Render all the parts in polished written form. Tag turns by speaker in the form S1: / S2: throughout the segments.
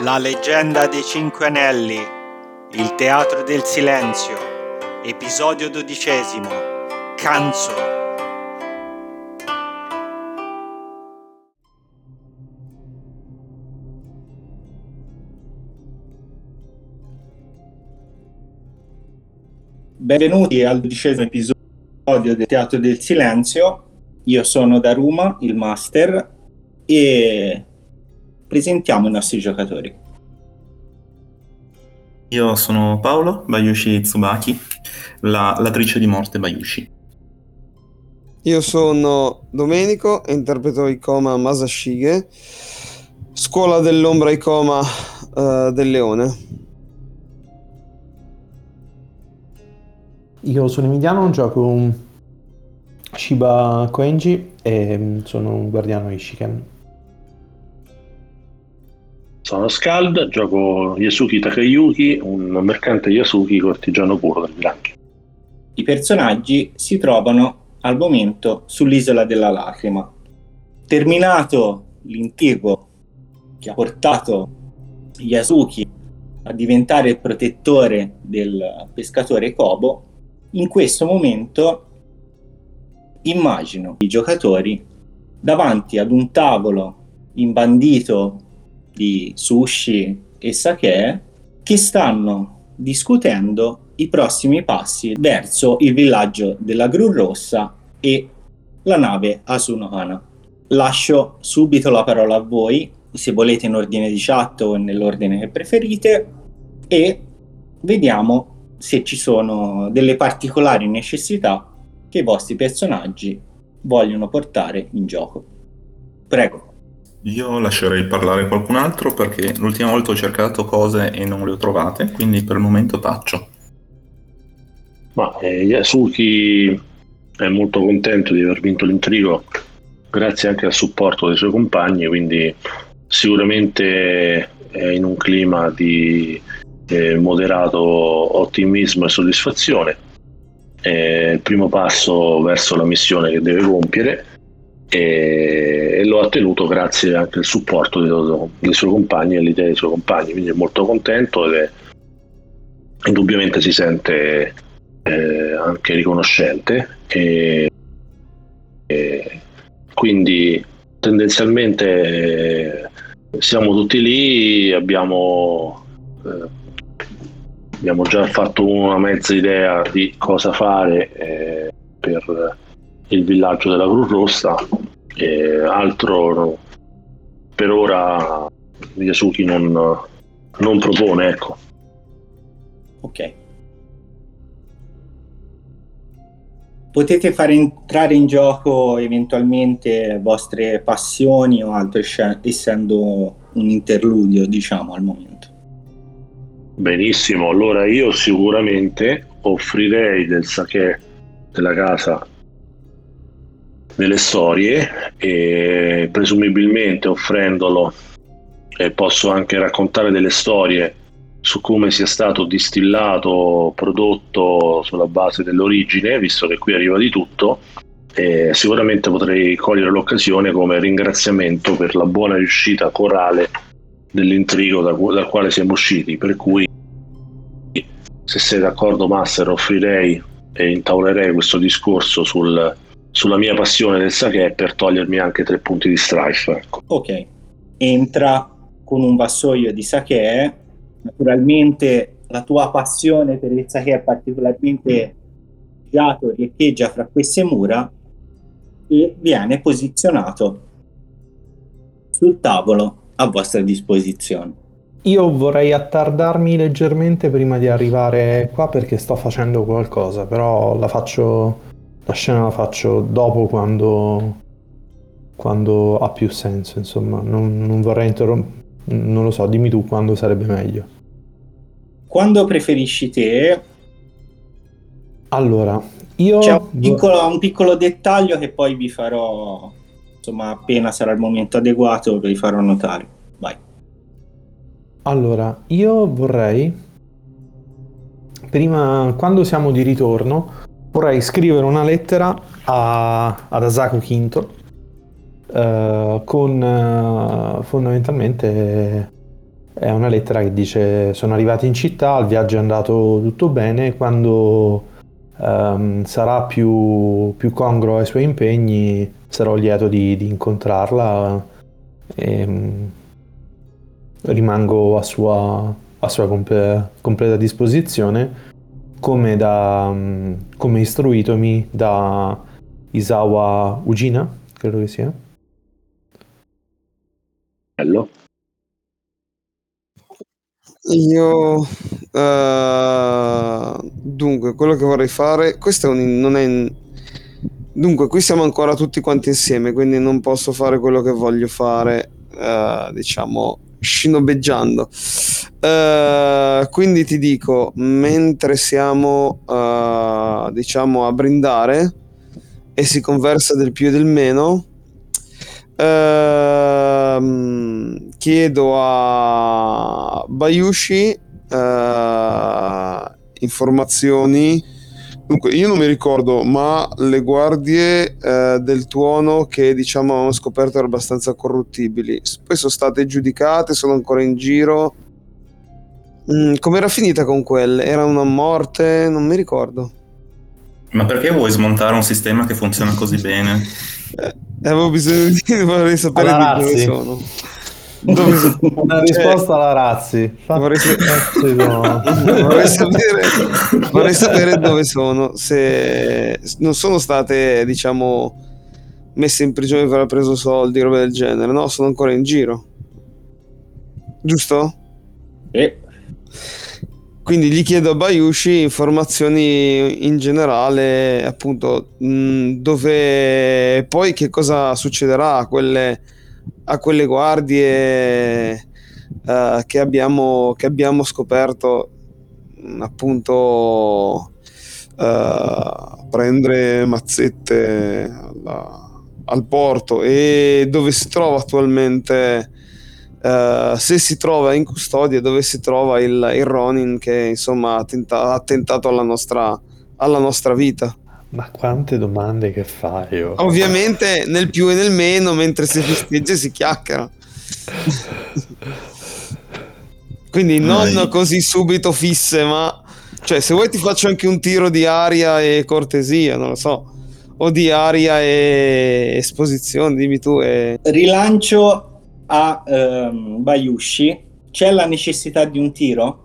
S1: La leggenda dei Cinque Anelli, il teatro del silenzio, episodio 12, Canzo. Benvenuti al 12° episodio del Teatro del Silenzio. Io sono Daruma, il master, e presentiamo i nostri giocatori.
S2: Io sono Paolo, Bayushi Tsubaki, l'attrice di morte Bayushi.
S3: Io sono Domenico e interpreto Ikoma Masashige, scuola dell'ombra Ikoma del Leone.
S4: Io sono Emiliano, gioco un Shiba Koenji e sono un guardiano Ishiken.
S5: Sono Scald, gioco Yasuki Takayuki, un mercante Yasuki cortigiano puro del granchio.
S1: I personaggi si trovano al momento sull'isola della lacrima. Terminato l'impiego che ha portato Yasuki a diventare il protettore del pescatore Kobo, in questo momento immagino i giocatori davanti ad un tavolo imbandito di sushi e sake che stanno discutendo i prossimi passi verso il villaggio della Gru Rossa e la nave Asunohana. Lascio subito la parola a voi, se volete in ordine di chat o nell'ordine che preferite, e vediamo se ci sono delle particolari necessità che i vostri personaggi vogliono portare in gioco. Prego.
S2: Io lascerei parlare qualcun altro perché l'ultima volta ho cercato cose e non le ho trovate, quindi per il momento taccio.
S5: Ma Yasuki è molto contento di aver vinto l'intrigo grazie anche al supporto dei suoi compagni, quindi sicuramente è in un clima di moderato ottimismo e soddisfazione. È il primo passo verso la missione che deve compiere e lo ha ottenuto grazie anche al supporto dei suoi compagni e all'idea dei suoi compagni, quindi è molto contento ed indubbiamente si sente anche riconoscente e quindi tendenzialmente siamo tutti lì, abbiamo già fatto una mezza idea di cosa fare per il villaggio della Gru Rossa, altro per ora Yasuki non propone, ecco.
S1: Ok. Potete fare entrare in gioco eventualmente vostre passioni o altro, essendo un interludio, diciamo, al momento.
S5: Benissimo, allora io sicuramente offrirei del sake della casa nelle storie e presumibilmente offrendolo posso anche raccontare delle storie su come sia stato distillato, prodotto sulla base dell'origine, visto che qui arriva di tutto, e sicuramente potrei cogliere l'occasione come ringraziamento per la buona riuscita corale dell'intrigo dal quale siamo usciti, per cui se sei d'accordo Master offrirei e intavolerei questo discorso sulla mia passione del sake per togliermi anche 3 punti di strife, ecco.
S1: Ok, entra con un vassoio di sake. Naturalmente la tua passione per il sake è particolarmente riecheggia fra queste mura e viene posizionato sul tavolo a vostra disposizione.
S4: Io vorrei attardarmi leggermente prima di arrivare qua perché sto facendo qualcosa, però la scena la faccio dopo quando ha più senso, insomma, non vorrei interrompere. Non lo so, dimmi tu quando sarebbe meglio.
S1: Quando preferisci te.
S4: Allora, io
S1: c'è un piccolo dettaglio che poi vi farò, insomma, appena sarà il momento adeguato, vi farò notare. Vai.
S4: Allora, io vorrei, prima, quando siamo di ritorno, vorrei scrivere una lettera ad Asako Kinto con fondamentalmente È una lettera che dice: sono arrivati in città, il viaggio è andato tutto bene, quando sarà più congruo ai suoi impegni sarò lieto di incontrarla e rimango a sua completa disposizione, come istruitomi da Isawa Ujina, credo che sia.
S5: Bello.
S3: Io dunque, quello che vorrei fare, questo non è dunque, qui siamo ancora tutti quanti insieme, quindi non posso fare quello che voglio fare, diciamo, scinobeggiando. Quindi ti dico, mentre siamo diciamo a brindare e si conversa del più e del meno, chiedo a Bayushi informazioni. Dunque, io non mi ricordo, ma le guardie del tuono che diciamo avevamo scoperto erano abbastanza corruttibili, poi sono state giudicate, sono ancora in giro. Com'era finita con quelle? Era una morte? Non mi ricordo.
S2: Ma perché vuoi smontare un sistema che funziona così bene?
S3: Avevo bisogno vorrei sapere
S4: Alla
S3: di dove
S4: Razzi.
S3: sono.
S4: Una risposta alla Razzi.
S3: Vorrei sapere dove sono, se non sono state, diciamo, messe in prigione per aver preso soldi, roba del genere. No, sono ancora in giro, giusto? Quindi gli chiedo a Bayushi informazioni in generale, appunto, dove poi che cosa succederà a quelle guardie che abbiamo scoperto, appunto, prendere mazzette al porto, e dove si trova attualmente, se si trova in custodia, dove si trova il Ronin che insomma ha attentato alla nostra vita.
S4: Ma quante domande che fai? Oh.
S3: Ovviamente nel più e nel meno, mentre si festeggia e si chiacchiera. Quindi non così subito fisse, ma cioè, se vuoi ti faccio anche un tiro di aria e cortesia, non lo so, o di aria e esposizione, dimmi tu.
S1: Rilancio a Bayushi. C'è la necessità di un tiro?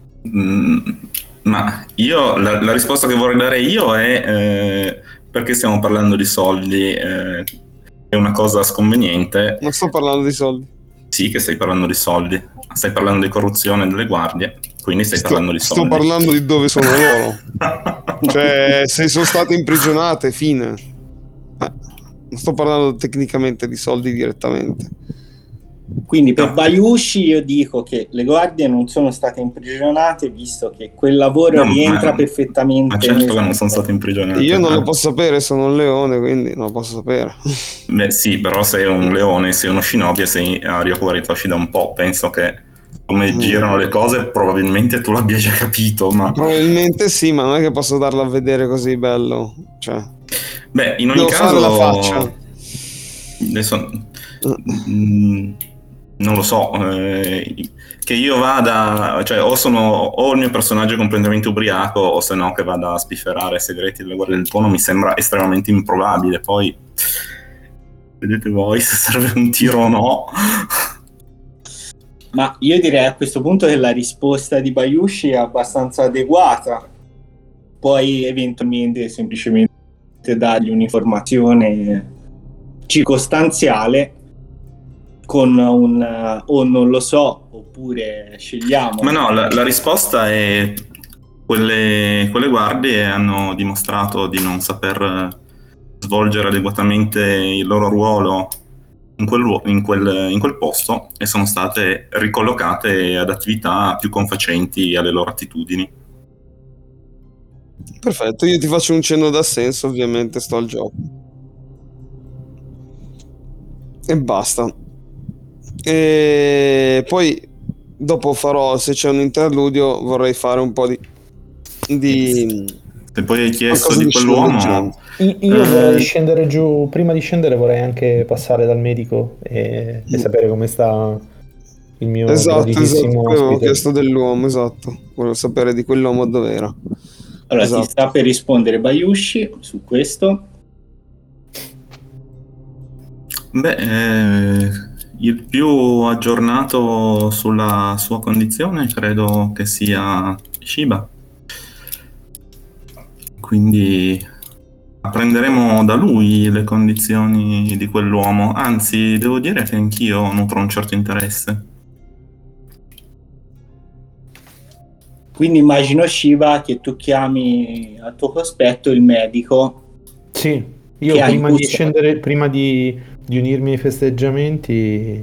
S2: Ma io la risposta che vorrei dare io è perché stiamo parlando di soldi, è una cosa sconveniente.
S3: Non sto parlando di soldi.
S2: Sì, che stai parlando di soldi, stai parlando di corruzione delle guardie, quindi stai parlando di soldi.
S3: Sto parlando di dove sono loro. Cioè, se sono state imprigionate, fine. Non sto parlando tecnicamente di soldi direttamente.
S1: Quindi per Bayushi io dico che le guardie non sono state imprigionate, visto che quel lavoro rientra perfettamente.
S2: Ma certo che non sono state imprigionate.
S3: Io non lo posso sapere, sono un leone, quindi non lo posso sapere.
S2: Beh sì, però sei un leone, sei uno shinobi e sei a Ryoku Waritoshi da un po'. Penso che come girano le cose probabilmente tu l'abbia già capito, ma...
S3: Probabilmente sì, ma non è che posso darla a vedere così bello. Cioè...
S2: Beh, in ogni caso...
S3: la faccia.
S2: Adesso... non lo so, che io vada, cioè o il mio personaggio è completamente ubriaco, o se no che vada a spifferare segreti delle guardie del tuono mi sembra estremamente improbabile. Poi vedete voi se serve un tiro o no.
S1: Ma io direi a questo punto che la risposta di Bayushi è abbastanza adeguata, poi eventualmente semplicemente dargli un'informazione circostanziale con un o non lo so, oppure scegliamo.
S2: Ma no, la risposta è quelle guardie hanno dimostrato di non saper svolgere adeguatamente il loro ruolo in quel posto e sono state ricollocate ad attività più confacenti alle loro attitudini.
S3: Perfetto, io ti faccio un cenno d'assenso, ovviamente sto al gioco. E basta. E poi dopo farò, se c'è un interludio, vorrei fare un po' di
S2: se poi hai chiesto di quell'uomo,
S4: io vorrei scendere giù. Prima di scendere vorrei anche passare dal medico e sapere come sta il mio
S3: Esatto,
S4: graditissimo
S3: poi avevo
S4: ospite.
S3: chiesto dell'uomo, esatto. Volevo sapere di quell'uomo dov'era.
S1: Allora, ti
S3: Esatto.
S1: sta per rispondere Bayushi su questo.
S2: Il più aggiornato sulla sua condizione credo che sia Shiba. Quindi apprenderemo da lui le condizioni di quell'uomo. Anzi, devo dire che anch'io nutro un certo interesse.
S1: Quindi immagino, Shiva, che tu chiami al tuo cospetto il medico
S4: Sì, io
S1: che ha
S4: prima di
S1: impulso.
S4: scendere, prima di unirmi ai festeggiamenti,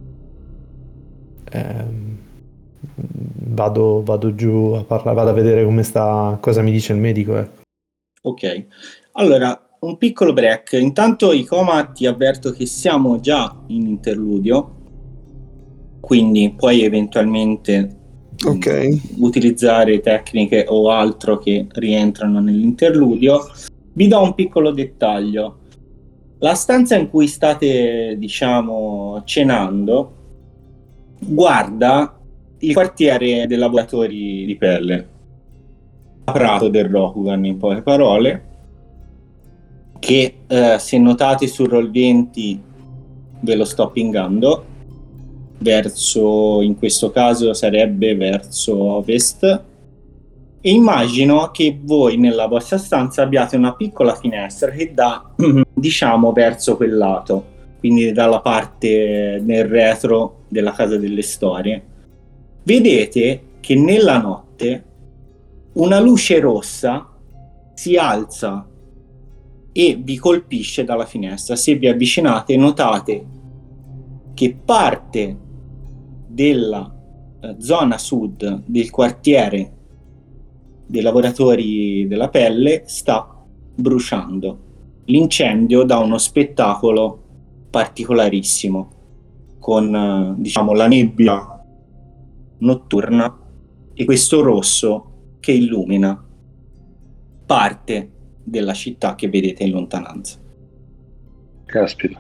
S4: vado giù a parlare, vado a vedere come sta, cosa mi dice il medico. Ecco.
S1: Ok, allora un piccolo break. Intanto, Icoma, ti avverto che siamo già in interludio, quindi puoi eventualmente
S3: Ok.
S1: utilizzare tecniche o altro che rientrano nell'interludio. Vi do un piccolo dettaglio. La stanza in cui state, diciamo, cenando guarda il quartiere dei lavoratori di pelle, Prato del Rokugan, in poche parole, che se notate sul Roll20 ve lo sto pingando verso, in questo caso sarebbe verso ovest, e immagino che voi nella vostra stanza abbiate una piccola finestra che dà diciamo verso quel lato, quindi dalla parte nel retro della casa delle storie. Vedete che nella notte una luce rossa si alza e vi colpisce dalla finestra. Se vi avvicinate notate che parte della zona sud del quartiere dei lavoratori della pelle sta bruciando. L'incendio dà uno spettacolo particolarissimo con diciamo la nebbia notturna e questo rosso che illumina parte della città che vedete in lontananza.
S5: Caspita.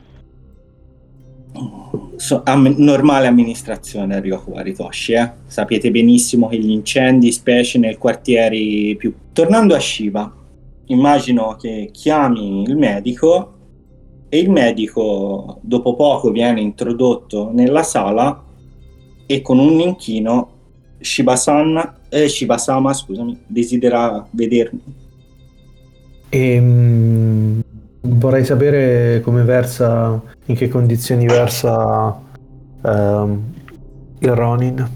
S1: Normale amministrazione a Ryokuwari Toshi, sapete benissimo che gli incendi, specie nei quartieri più... Tornando a Shiba, immagino che chiami il medico e il medico dopo poco viene introdotto nella sala e con un inchino Shiba-sama, scusami, desidera vedermi.
S4: Vorrei sapere come versa, in che condizioni versa il Ronin.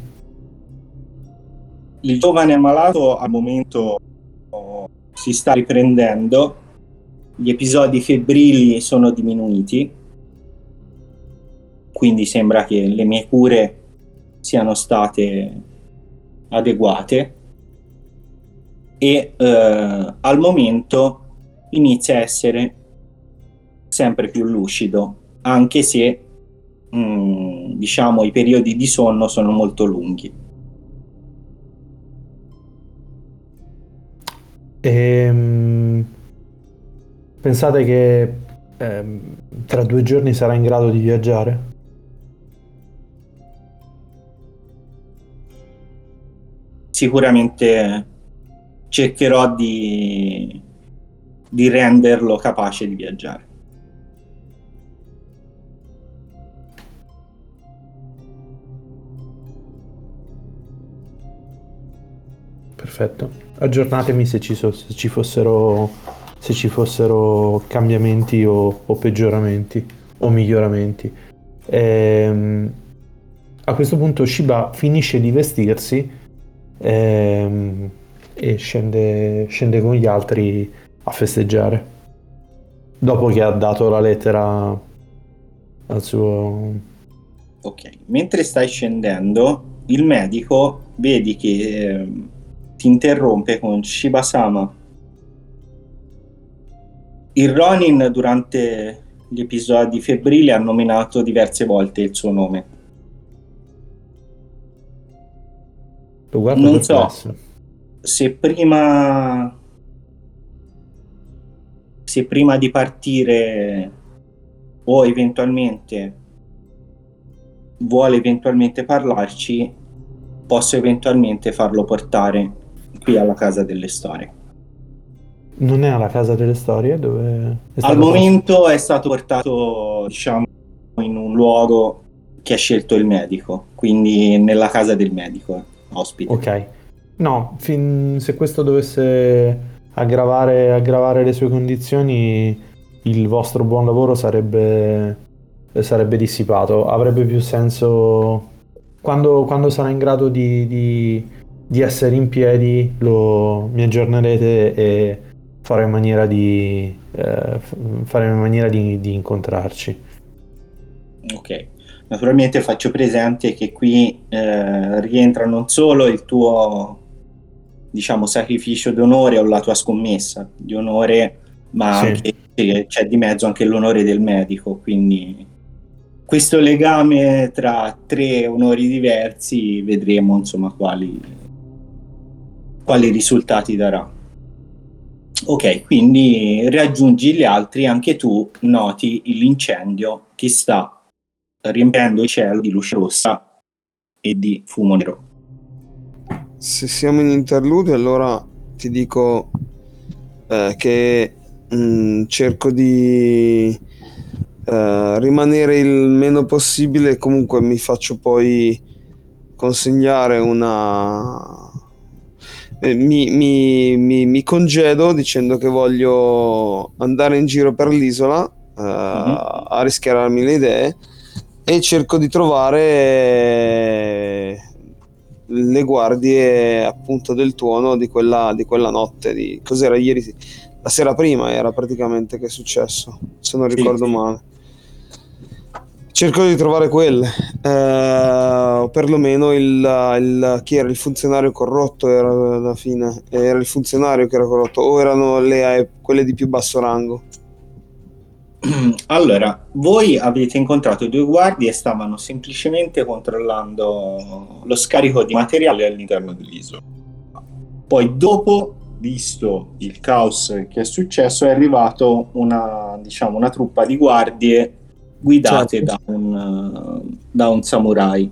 S1: Il giovane ammalato al momento si sta riprendendo, gli episodi febbrili sono diminuiti, quindi sembra che le mie cure siano state adeguate e al momento inizia a essere sempre più lucido, anche se diciamo i periodi di sonno sono molto lunghi.
S4: Pensate che tra 2 giorni sarà in grado di viaggiare?
S1: Sicuramente cercherò di renderlo capace di viaggiare.
S4: Perfetto. Aggiornatemi se ci fossero cambiamenti o peggioramenti o miglioramenti. A questo punto Shiba finisce di vestirsi e scende con gli altri a festeggiare. Dopo che ha dato la lettera al suo...
S1: Ok, mentre stai scendendo, il medico vedi che ti interrompe con Shiba-sama. Il Ronin durante gli episodi febbrili ha nominato diverse volte il suo nome.
S4: Lo guardo
S1: Non
S4: perplesso.
S1: so se prima di partire o eventualmente vuole eventualmente parlarci, posso eventualmente farlo portare qui alla Casa delle Storie.
S4: Non è alla Casa delle Storie dove è
S1: Al
S4: stato
S1: momento è stato portato, diciamo, in un luogo che ha scelto il medico, quindi nella casa del medico, ospite.
S4: Ok. No, se questo dovesse aggravare le sue condizioni, il vostro buon lavoro sarebbe dissipato. Avrebbe più senso quando sarà in grado di essere in piedi, mi aggiornerete e farò in maniera di incontrarci.
S1: Ok. Naturalmente faccio presente che qui rientra non solo il tuo, diciamo, sacrificio d'onore o la tua scommessa di onore, ma
S4: Sì.
S1: anche c'è di mezzo anche l'onore del medico, quindi questo legame tra tre onori diversi vedremo, insomma, quali risultati darà. Ok, quindi raggiungi gli altri, anche tu noti l'incendio che sta riempiendo il cielo di luce rossa e di fumo nero.
S3: Se siamo in interludio, allora ti dico che cerco di rimanere il meno possibile. Comunque mi faccio poi consegnare mi congedo dicendo che voglio andare in giro per l'isola a rischiararmi le idee, e cerco di trovare le guardie appunto del tuono di quella notte, cos'era ieri, la sera prima era praticamente che è successo, se non ricordo male. Cerco di trovare quelle, o perlomeno chi era il funzionario corrotto, era alla fine, era il funzionario che era corrotto, o erano quelle di più basso rango.
S1: Allora, voi avete incontrato due guardie e stavano semplicemente controllando lo scarico di materiale all'interno dell'isola. Poi dopo, visto il caos che è successo, è arrivato una truppa di guardie guidate da un samurai.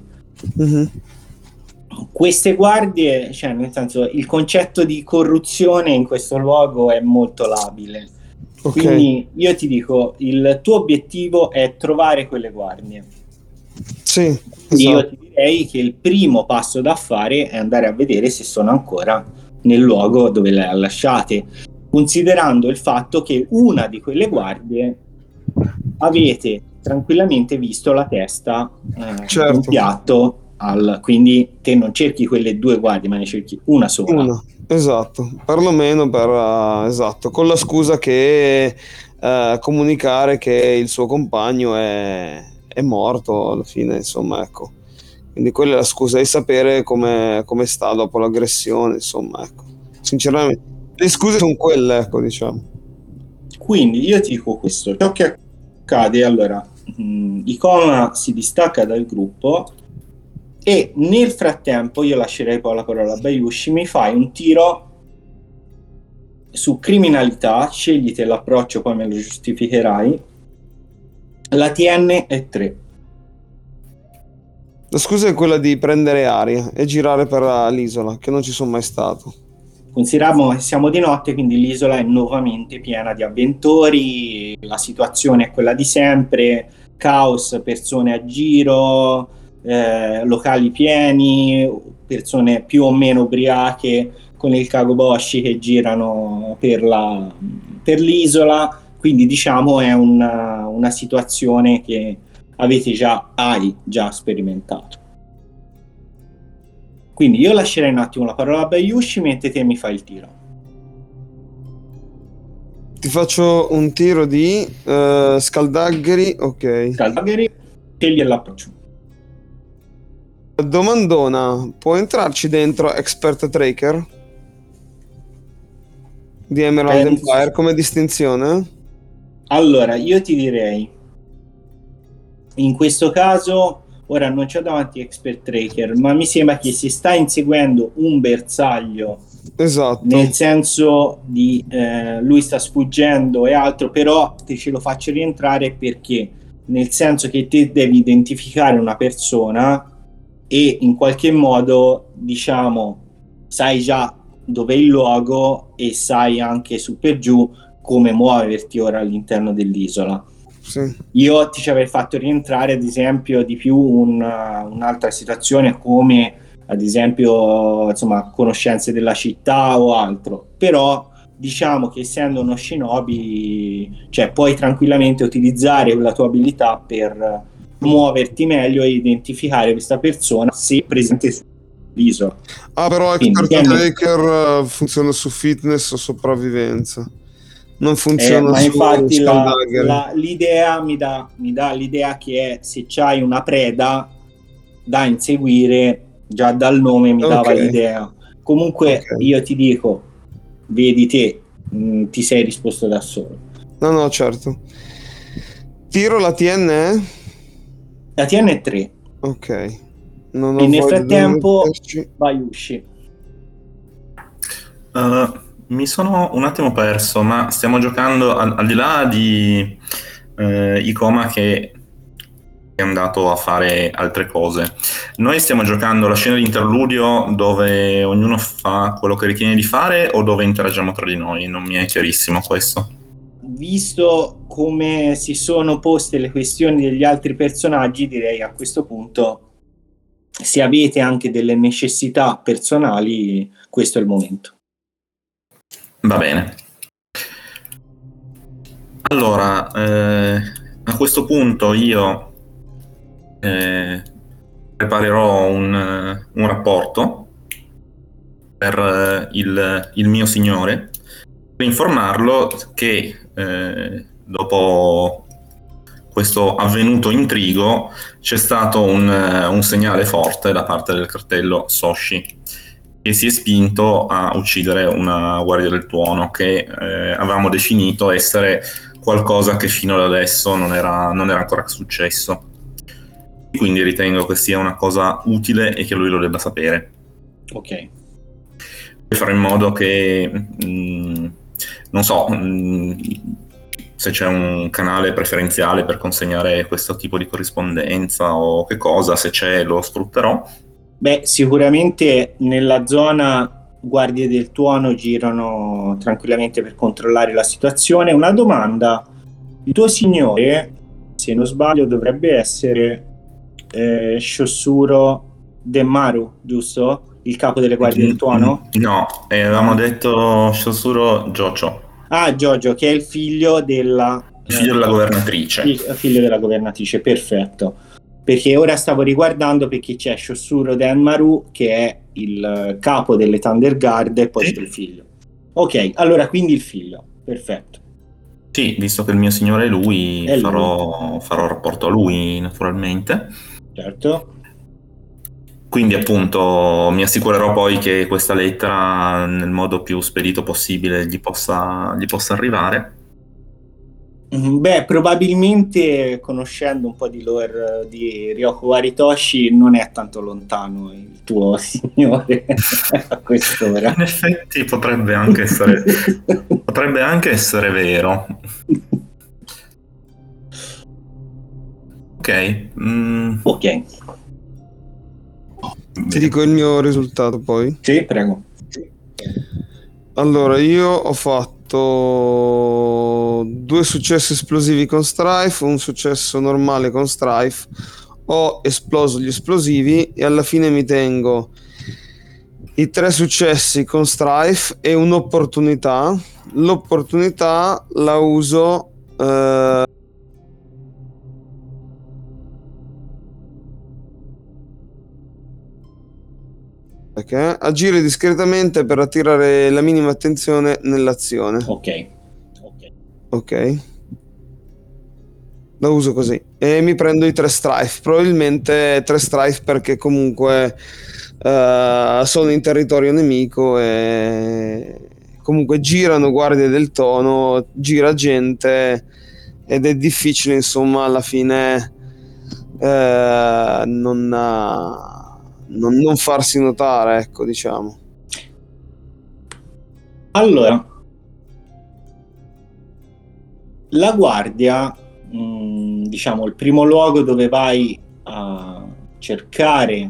S1: Queste guardie, cioè nel senso, il concetto di corruzione in questo luogo è molto labile.
S3: Okay.
S1: Quindi io ti dico, il tuo obiettivo è trovare quelle guardie.
S3: Sì,
S1: quindi
S3: esatto.
S1: io ti direi che il primo passo da fare è andare a vedere se sono ancora nel luogo dove le ha lasciate, considerando il fatto che una di quelle guardie avete tranquillamente visto la testa di un piatto, quindi te non cerchi quelle due guardie, ma ne cerchi una sola.
S3: Una, esatto, perlomeno esatto, con la scusa che comunicare che il suo compagno è morto alla fine, insomma, ecco. Quindi quella è la scusa, di sapere come sta dopo l'aggressione, insomma, ecco. Sinceramente, le scuse sono quelle, ecco, diciamo.
S1: Quindi io ti dico questo, ciò che accade, allora, Icona si distacca dal gruppo e nel frattempo, io lascerei poi la parola a Bayushi, mi fai un tiro su criminalità, sceglite l'approccio, poi me lo giustificherai. La TN è 3.
S3: La scusa è quella di prendere aria e girare per l'isola, che non ci sono mai stato.
S1: Consideriamo che siamo di notte, quindi l'isola è nuovamente piena di avventori, la situazione è quella di sempre, caos, persone a giro, locali pieni, persone più o meno ubriache con il kagoboshi che girano per l'isola, quindi diciamo è una situazione che hai già sperimentato. Quindi io lascerei un attimo la parola a Bayushi mentre te mi fai il tiro.
S3: Ti faccio un tiro di scaldagheri, ok.
S1: Scaldagheri, scegli l'approccio.
S3: Domandona, può entrarci dentro Expert Tracker di Emerald Empire come distinzione?
S1: Allora, io ti direi, in questo caso, ora non c'ho davanti Expert Tracker, ma mi sembra che si sta inseguendo un bersaglio.
S3: Esatto.
S1: Nel senso di lui sta sfuggendo e altro, però te ce lo faccio rientrare perché nel senso che te devi identificare una persona e in qualche modo, diciamo, sai già dov'è il luogo e sai anche su per giù come muoverti ora all'interno dell'isola.
S3: Sì.
S1: Io ti ci avrei fatto rientrare ad esempio di più un'altra situazione come ad esempio insomma conoscenze della città o altro, però diciamo che essendo uno shinobi, cioè puoi tranquillamente utilizzare la tua abilità per muoverti meglio e identificare questa persona se presente sull'isola.
S3: Ah, però
S1: Quindi,
S3: Expert Tracker funziona su fitness o sopravvivenza. Non funziona
S1: ma
S3: su
S1: infatti
S3: Skulldaggeri.
S1: l'idea mi dà l'idea che se c'hai una preda da inseguire, già dal nome mi dava l'idea. Comunque io ti dico, vedi te, ti sei risposto da solo.
S3: No, certo. Tiro la TN?
S1: La TN è 3.
S3: Ok.
S1: E nel frattempo vai usci.
S2: Mi sono un attimo perso, ma stiamo giocando al di là di Ikoma che è andato a fare altre cose. Noi stiamo giocando la scena di interludio dove ognuno fa quello che ritiene di fare o dove interagiamo tra di noi? Non mi è chiarissimo questo.
S1: Visto come si sono poste le questioni degli altri personaggi, direi a questo punto, se avete anche delle necessità personali, questo è il momento.
S2: Va bene. Allora, a questo punto io preparerò un rapporto per il mio signore per informarlo che dopo questo avvenuto intrigo c'è stato un segnale forte da parte del cartello Soshi che si è spinto a uccidere una guardia del tuono che avevamo definito essere qualcosa che fino ad adesso non era ancora successo. Quindi ritengo che sia una cosa utile e che lui lo debba sapere.
S1: Ok.
S2: Per fare in modo che non so se c'è un canale preferenziale per consegnare questo tipo di corrispondenza o che cosa, se c'è lo sfrutterò.
S1: Beh, sicuramente nella zona guardie del tuono girano tranquillamente per controllare la situazione. Una domanda: il tuo signore, se non sbaglio, dovrebbe essere Shossuro Denmaru, giusto? Il capo delle guardie del tuono?
S2: No, avevamo detto Shossuro Jocho.
S1: Ah, Giorgio, che è il figlio della
S2: governatrice.
S1: Figlio della governatrice, perfetto. Perché ora stavo riguardando, perché c'è Shossuro Denmaru che è il capo delle Thunder Guard e poi c'è il figlio. Ok, allora quindi il figlio, perfetto.
S2: Sì, visto che il mio signore è lui, farò rapporto a lui naturalmente.
S1: Certo.
S2: Quindi appunto mi assicurerò poi che questa lettera nel modo più spedito possibile gli possa arrivare.
S1: Beh, probabilmente conoscendo un po' di lore di Ryoko Waritoshi non è tanto lontano il tuo signore a quest'ora.
S2: In effetti potrebbe anche essere vero. Ok.
S1: Ok.
S3: Ti dico il mio risultato poi?
S1: Sì, prego.
S3: Allora, io ho fatto 2 successi esplosivi con Strife, un successo normale con Strife, ho esploso gli esplosivi e alla fine mi tengo i 3 successi con Strife e un'opportunità. L'opportunità la uso agire discretamente per attirare la minima attenzione nell'azione. Ok. La uso così e mi prendo i 3 Strife, probabilmente 3 Strife perché comunque sono in territorio nemico e comunque girano guardie del tono, gira gente ed è difficile insomma alla fine non farsi notare, ecco, diciamo.
S1: Allora, la guardia diciamo, il primo luogo dove vai a cercare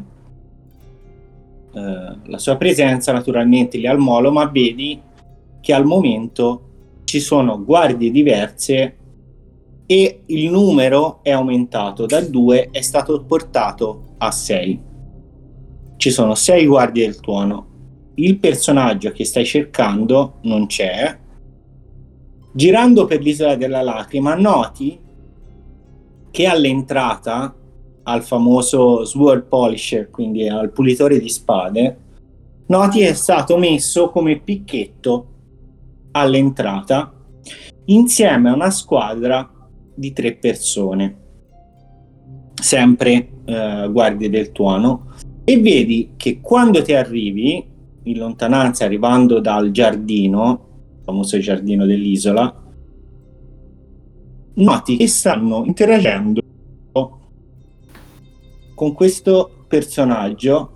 S1: la sua presenza, naturalmente lì al molo, ma vedi che al momento ci sono guardie diverse e il numero è aumentato, da 2 è stato portato a 6. Ci sono 6 guardie del tuono. Il personaggio che stai cercando non c'è. Girando per l'isola della lacrima noti che all'entrata al famoso sword polisher, quindi al pulitore di spade, noti è stato messo come picchetto all'entrata insieme a una squadra di 3 persone, sempre guardie del tuono, e vedi che quando ti arrivi in lontananza, arrivando dal giardino, il famoso giardino dell'isola, noti che stanno interagendo con questo personaggio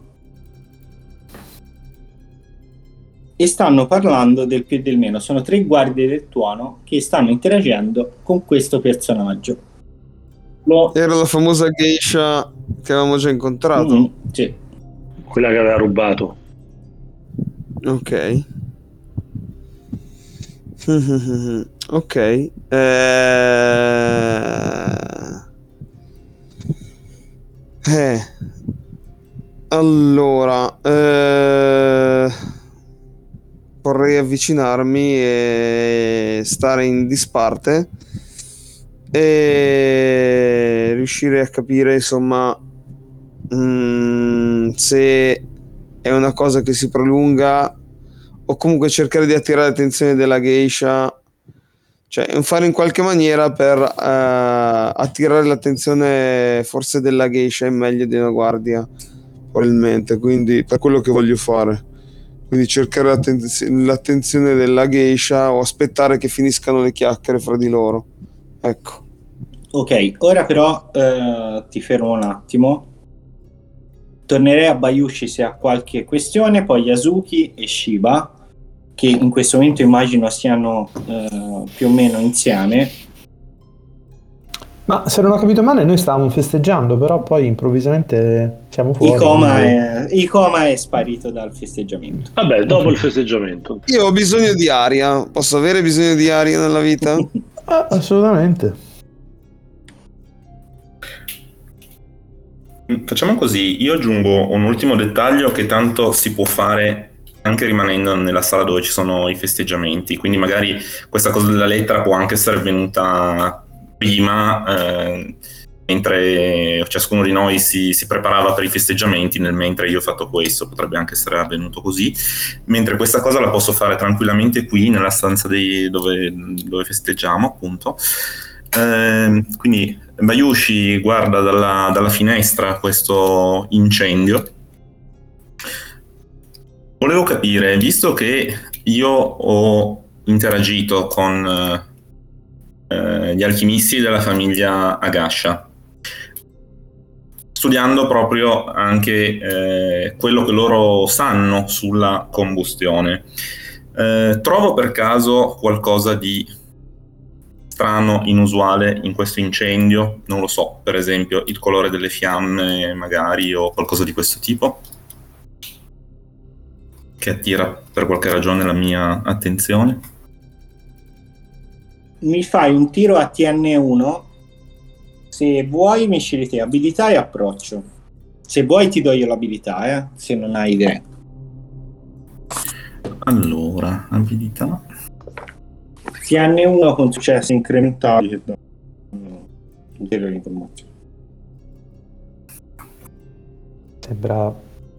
S1: e stanno parlando del più e del meno. Sono 3 guardie del tuono che stanno interagendo con questo personaggio.
S3: Era la famosa geisha che avevamo già incontrato.
S1: Sì.
S5: Quella che aveva rubato.
S3: Ok. Ok. Allora, vorrei avvicinarmi e stare in disparte e riuscire a capire, insomma, se è una cosa che si prolunga o comunque cercare di attirare l'attenzione della geisha, cioè fare in qualche maniera per attirare l'attenzione forse della geisha è meglio di una guardia, probabilmente, quindi per quello che voglio fare, quindi cercare l'attenzione della geisha o aspettare che finiscano le chiacchiere fra di loro, ecco.
S1: Ok, ora però ti fermo un attimo. Tornerei a Bayushi se ha qualche questione, poi Yasuki e Shiba, che in questo momento immagino siano più o meno insieme.
S4: Ma se non ho capito male noi stavamo festeggiando, però poi improvvisamente siamo fuori.
S1: Ikoma è sparito dal festeggiamento.
S5: Vabbè, dopo il festeggiamento.
S3: Io ho bisogno di aria, posso avere bisogno di aria nella vita?
S4: Assolutamente.
S2: Facciamo così, io aggiungo un ultimo dettaglio che tanto si può fare anche rimanendo nella sala dove ci sono i festeggiamenti, quindi magari questa cosa della lettera può anche essere venuta prima, mentre ciascuno di noi si preparava per i festeggiamenti, mentre io ho fatto questo, potrebbe anche essere avvenuto così, mentre questa cosa la posso fare tranquillamente qui nella stanza dove festeggiamo, appunto. Quindi Bayushi guarda dalla finestra questo incendio. Volevo capire, visto che io ho interagito con gli alchimisti della famiglia Agasha, studiando proprio anche quello che loro sanno sulla combustione, trovo per caso qualcosa di strano, inusuale in questo incendio? Non lo so, per esempio il colore delle fiamme magari, o qualcosa di questo tipo che attira per qualche ragione la mia attenzione.
S1: Mi fai un tiro a TN1, se vuoi mi scegli te abilità e approccio. Se vuoi ti do io l'abilità, se non hai idea.
S2: Allora, abilità
S1: TN1 con successi incrementali che danno ulteriori informazioni.
S4: Sembra.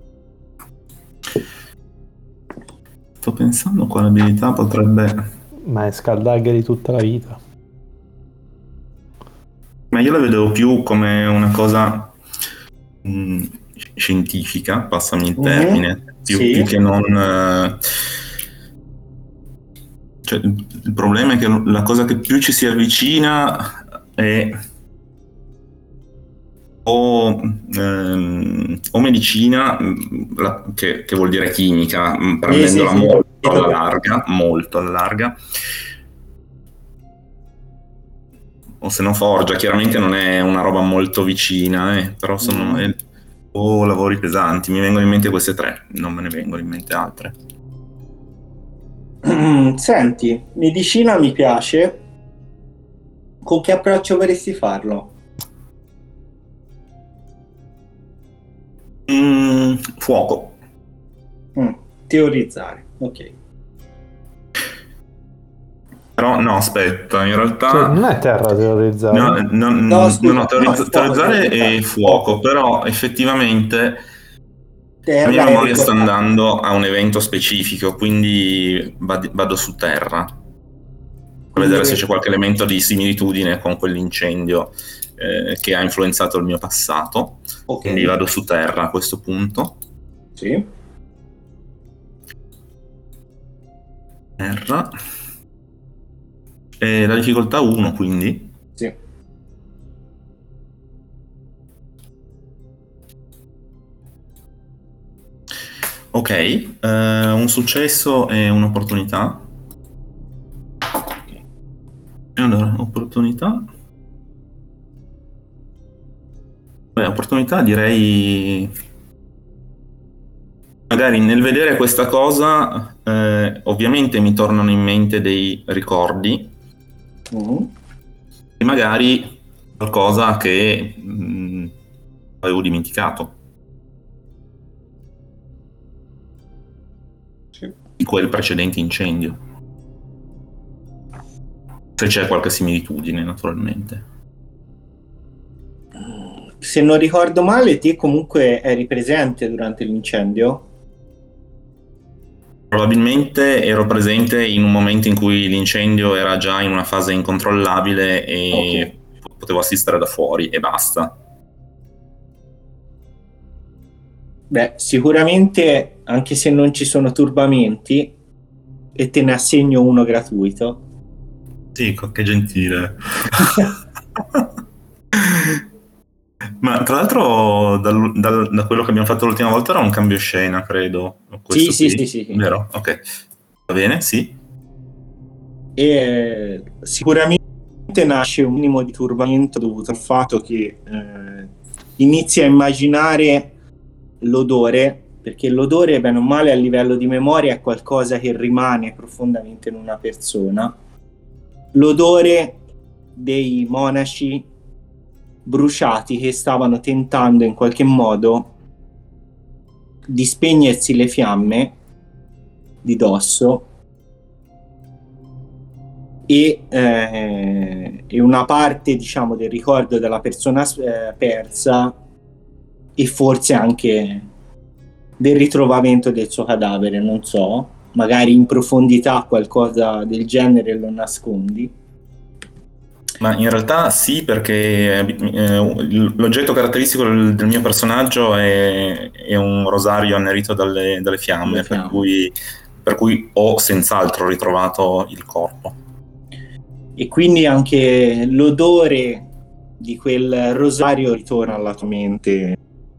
S2: Sto pensando quale abilità potrebbe.
S4: Ma è scaldagheri tutta la vita.
S2: Ma io la vedevo più come una cosa scientifica, passami il termine, più che non. Cioè, il problema è che la cosa che più ci si avvicina è o medicina, che vuol dire chimica, prendendola molto alla larga, o se no forgia. Chiaramente non è una roba molto vicina, però sono lavori pesanti. Mi vengono in mente queste tre, non me ne vengono in mente altre.
S1: Senti, medicina mi piace. Con che approccio vorresti farlo?
S2: Fuoco.
S1: Teorizzare, ok.
S2: Però no, aspetta, in realtà...
S4: Cioè, non è terra teorizzare.
S2: Teorizzare è fuoco, però effettivamente la mia memoria sta andando a un evento specifico, quindi vado su terra per vedere se c'è qualche elemento di similitudine con quell'incendio che ha influenzato il mio passato. Quindi vado su terra a questo punto.
S1: Sì.
S2: Terra. E la difficoltà 1, quindi?
S1: Sì.
S2: Ok, un successo e un'opportunità. Allora, opportunità. Beh, opportunità direi... Magari nel vedere questa cosa, ovviamente mi tornano in mente dei ricordi. E magari qualcosa che avevo dimenticato di quel precedente incendio, se c'è qualche similitudine, naturalmente.
S1: Se non ricordo male, te comunque eri presente durante l'incendio?
S2: Probabilmente ero presente in un momento in cui l'incendio era già in una fase incontrollabile e potevo assistere da fuori e basta.
S1: Beh, sicuramente, anche se non ci sono turbamenti, e te ne assegno uno gratuito.
S2: Sì, che gentile. Ma tra l'altro da quello che abbiamo fatto l'ultima volta era un cambio scena, credo.
S1: Sì.
S2: Vero? Ok. Va bene, sì.
S1: E sicuramente nasce un minimo di turbamento dovuto al fatto che inizi a immaginare l'odore, perché l'odore, bene o male, a livello di memoria è qualcosa che rimane profondamente in una persona. L'odore dei monaci bruciati che stavano tentando in qualche modo di spegnersi le fiamme di dosso e una parte, diciamo, del ricordo della persona persa e forse anche del ritrovamento del suo cadavere, non so, magari in profondità qualcosa del genere lo nascondi.
S2: Ma in realtà sì, perché l'oggetto caratteristico del mio personaggio è un rosario annerito dalle fiamme, per cui ho senz'altro ritrovato il corpo.
S1: E quindi anche l'odore di quel rosario ritorna alla tua mente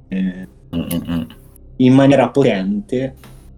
S1: in maniera potente.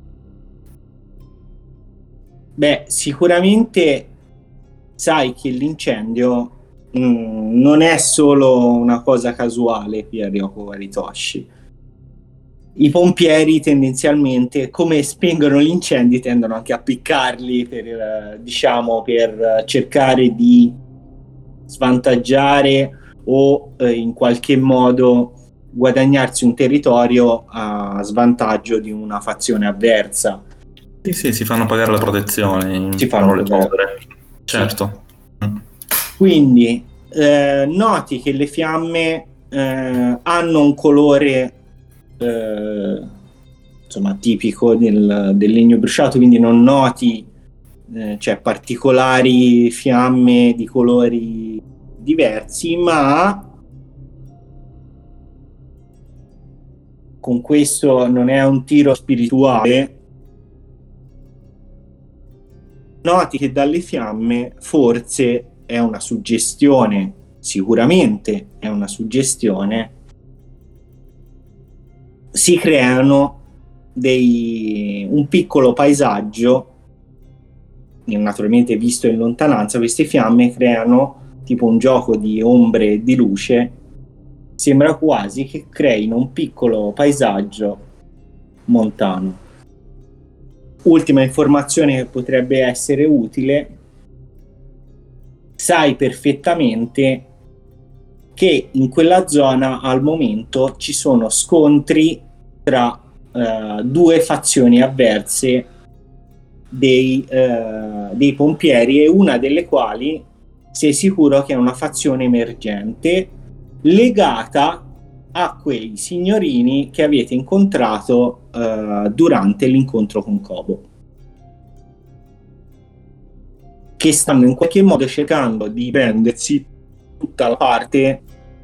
S1: Beh, sicuramente sai che l'incendio non è solo una cosa casuale qui a Ryoko Aritoshi. I pompieri tendenzialmente, come spengono gli incendi, tendono anche a piccarli per cercare di svantaggiare o in qualche modo guadagnarsi un territorio a svantaggio di una fazione avversa.
S2: Sì, si fanno pagare la protezione,
S1: Si fanno
S2: le
S1: pagare.
S2: povere. Certo.
S1: Quindi noti che le fiamme hanno un colore insomma tipico del legno bruciato, quindi non noti particolari fiamme di colori diversi, ma con questo non è un tiro spirituale, noti che dalle fiamme forse è una suggestione, sicuramente è una suggestione, si creano un piccolo paesaggio, naturalmente visto in lontananza. Queste fiamme creano tipo un gioco di ombre e di luce, sembra quasi che creino un piccolo paesaggio montano. Ultima informazione che potrebbe essere utile: sai perfettamente che in quella zona al momento ci sono scontri tra due fazioni avverse dei pompieri, e una delle quali sei sicuro che è una fazione emergente legata a quei signorini che avete incontrato durante l'incontro con Kobo, che stanno in qualche modo cercando di prendersi tutta la parte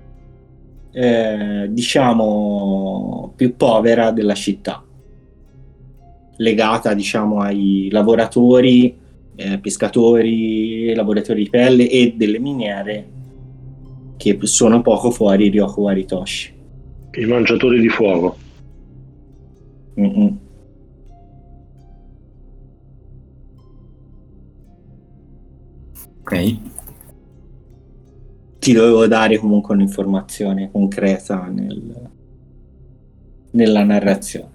S1: diciamo più povera della città, legata diciamo ai lavoratori, pescatori, lavoratori di pelle e delle miniere che sono poco fuori Ryoko Waritoshi.
S5: I mangiatori di fuoco.
S1: Mm-mm.
S2: Ok.
S1: Ti dovevo dare comunque un'informazione concreta nella narrazione.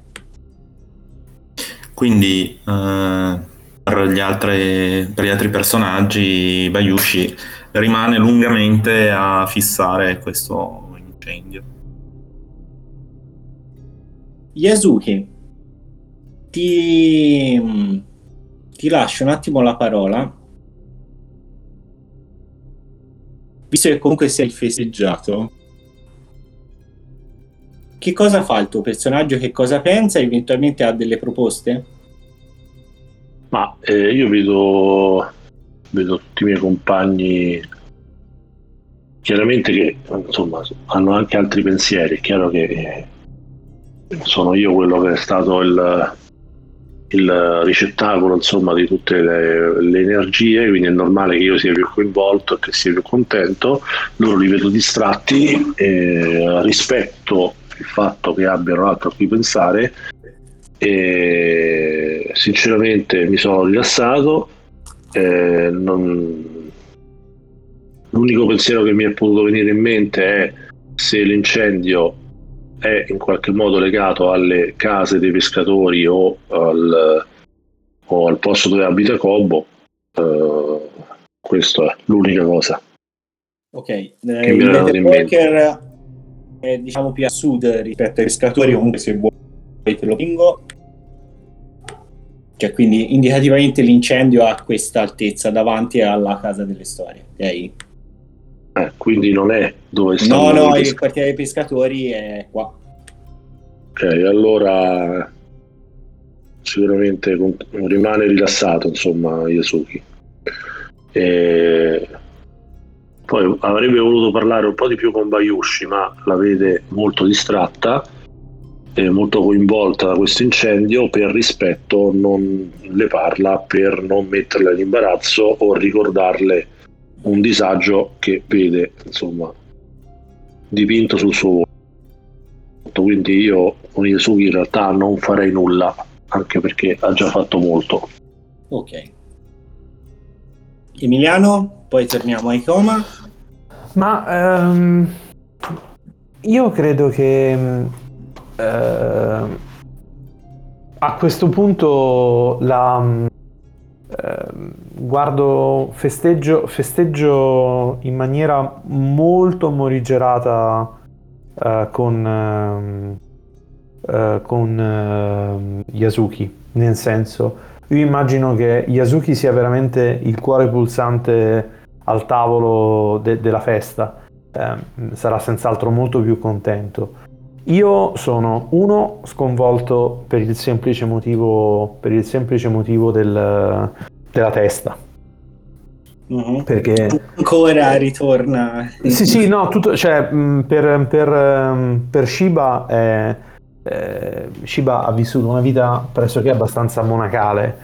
S2: Quindi per gli altri personaggi, Bayushi rimane lungamente a fissare questo incendio.
S1: Yasuki, ti lascio un attimo la parola, visto che comunque sei festeggiato. Che cosa fa il tuo personaggio? Che cosa pensa? Eventualmente ha delle proposte?
S5: Ma io vedo tutti i miei compagni chiaramente che insomma hanno anche altri pensieri. È chiaro che sono io quello che è stato il ricettacolo insomma di tutte le energie, quindi è normale che io sia più coinvolto e che sia più contento. Loro li vedo distratti, rispetto il fatto che abbiano altro a cui pensare, e sinceramente mi sono rilassato. L'unico pensiero che mi è potuto venire in mente è se l'incendio è in qualche modo legato alle case dei pescatori o al posto dove abita Kobo. Questo è l'unica cosa
S1: Ok,
S5: che mi
S1: il
S5: era venuto in mente.
S1: Networker è diciamo più a sud rispetto ai pescatori, comunque se vuoi te lo pingo. Cioè, quindi indicativamente l'incendio ha questa altezza davanti alla casa delle storie, ok?
S5: Quindi non è dove stanno
S1: No,
S5: i
S1: il quartiere dei pescatori è qua.
S5: Ok, allora sicuramente rimane rilassato, insomma, Yasuki. E poi avrebbe voluto parlare un po' di più con Bayushi, ma la vede molto distratta e molto coinvolta da questo incendio. Per rispetto non le parla, per non metterla in imbarazzo o ricordarle un disagio che vede, insomma, dipinto sul suo volto. Quindi io con Yasuki in realtà non farei nulla, anche perché ha già fatto molto.
S1: Ok. Emiliano, poi torniamo ai coma.
S4: Ma io credo che a questo punto festeggio in maniera molto morigerata con Yasuki, nel senso, io immagino che Yasuki sia veramente il cuore pulsante al tavolo della festa. Sarà senz'altro molto più contento. Io sono sconvolto per il semplice motivo della testa.
S1: Mm-hmm.
S4: Perché
S1: ancora ritorna.
S4: Sì, no, tutto, cioè, per Shiba Shiba ha vissuto una vita pressoché abbastanza monacale.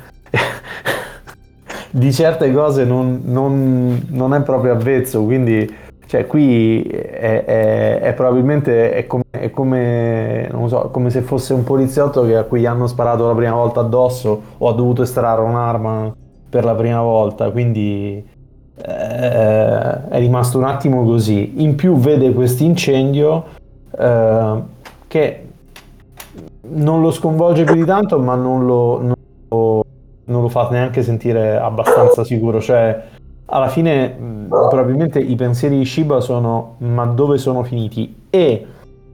S4: Di certe cose non è proprio avvezzo, quindi cioè qui è probabilmente è come non so, come se fosse un poliziotto a cui hanno sparato la prima volta addosso o ha dovuto estrarre un'arma per la prima volta, quindi è rimasto un attimo così. In più vede questo incendio che non lo sconvolge più di tanto, ma non lo fa neanche sentire abbastanza sicuro. Cioè, alla fine probabilmente i pensieri di Shiba sono: ma dove sono finiti? E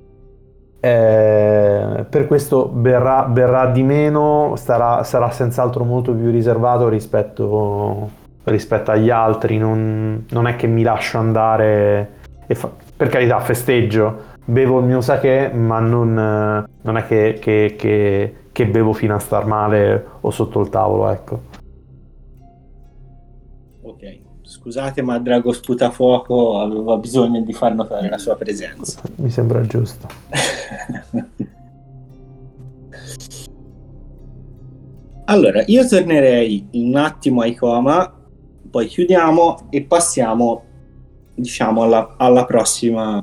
S4: per questo berrà di meno, sarà senz'altro molto più riservato rispetto agli altri. Non è che mi lascio andare per carità, festeggio, bevo il mio sake, ma non è che bevo fino a star male o sotto il tavolo, ecco.
S1: Ok, scusate, ma Drago Sputafuoco aveva bisogno di far notare la sua presenza.
S4: Mi sembra giusto.
S1: Allora, io tornerei un attimo ai coma, poi chiudiamo e passiamo, diciamo, alla prossima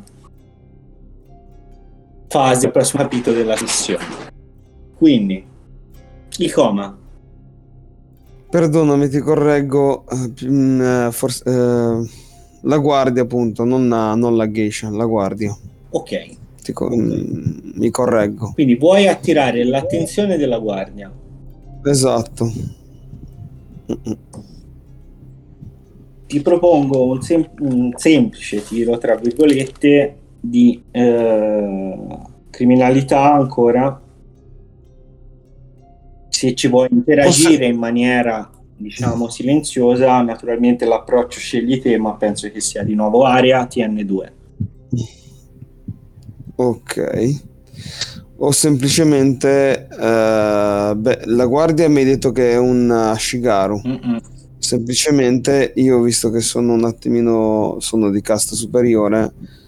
S1: fase, al prossimo capitolo della sessione. Quindi, i coma.
S3: Perdonami, ti correggo, forse, la guardia appunto, non la geisha, la guardia.
S1: Ok.
S3: Mi correggo.
S1: Quindi vuoi attirare l'attenzione della guardia.
S3: Esatto.
S1: Ti propongo un semplice tiro, tra virgolette, di criminalità ancora. Se ci vuoi interagire in maniera, diciamo, silenziosa, naturalmente l'approccio scegli te, ma penso che sia di nuovo area TN2.
S3: Ok. O semplicemente la guardia mi ha detto che è un Shigaru. Semplicemente io, visto che sono un attimino, sono di casta superiore,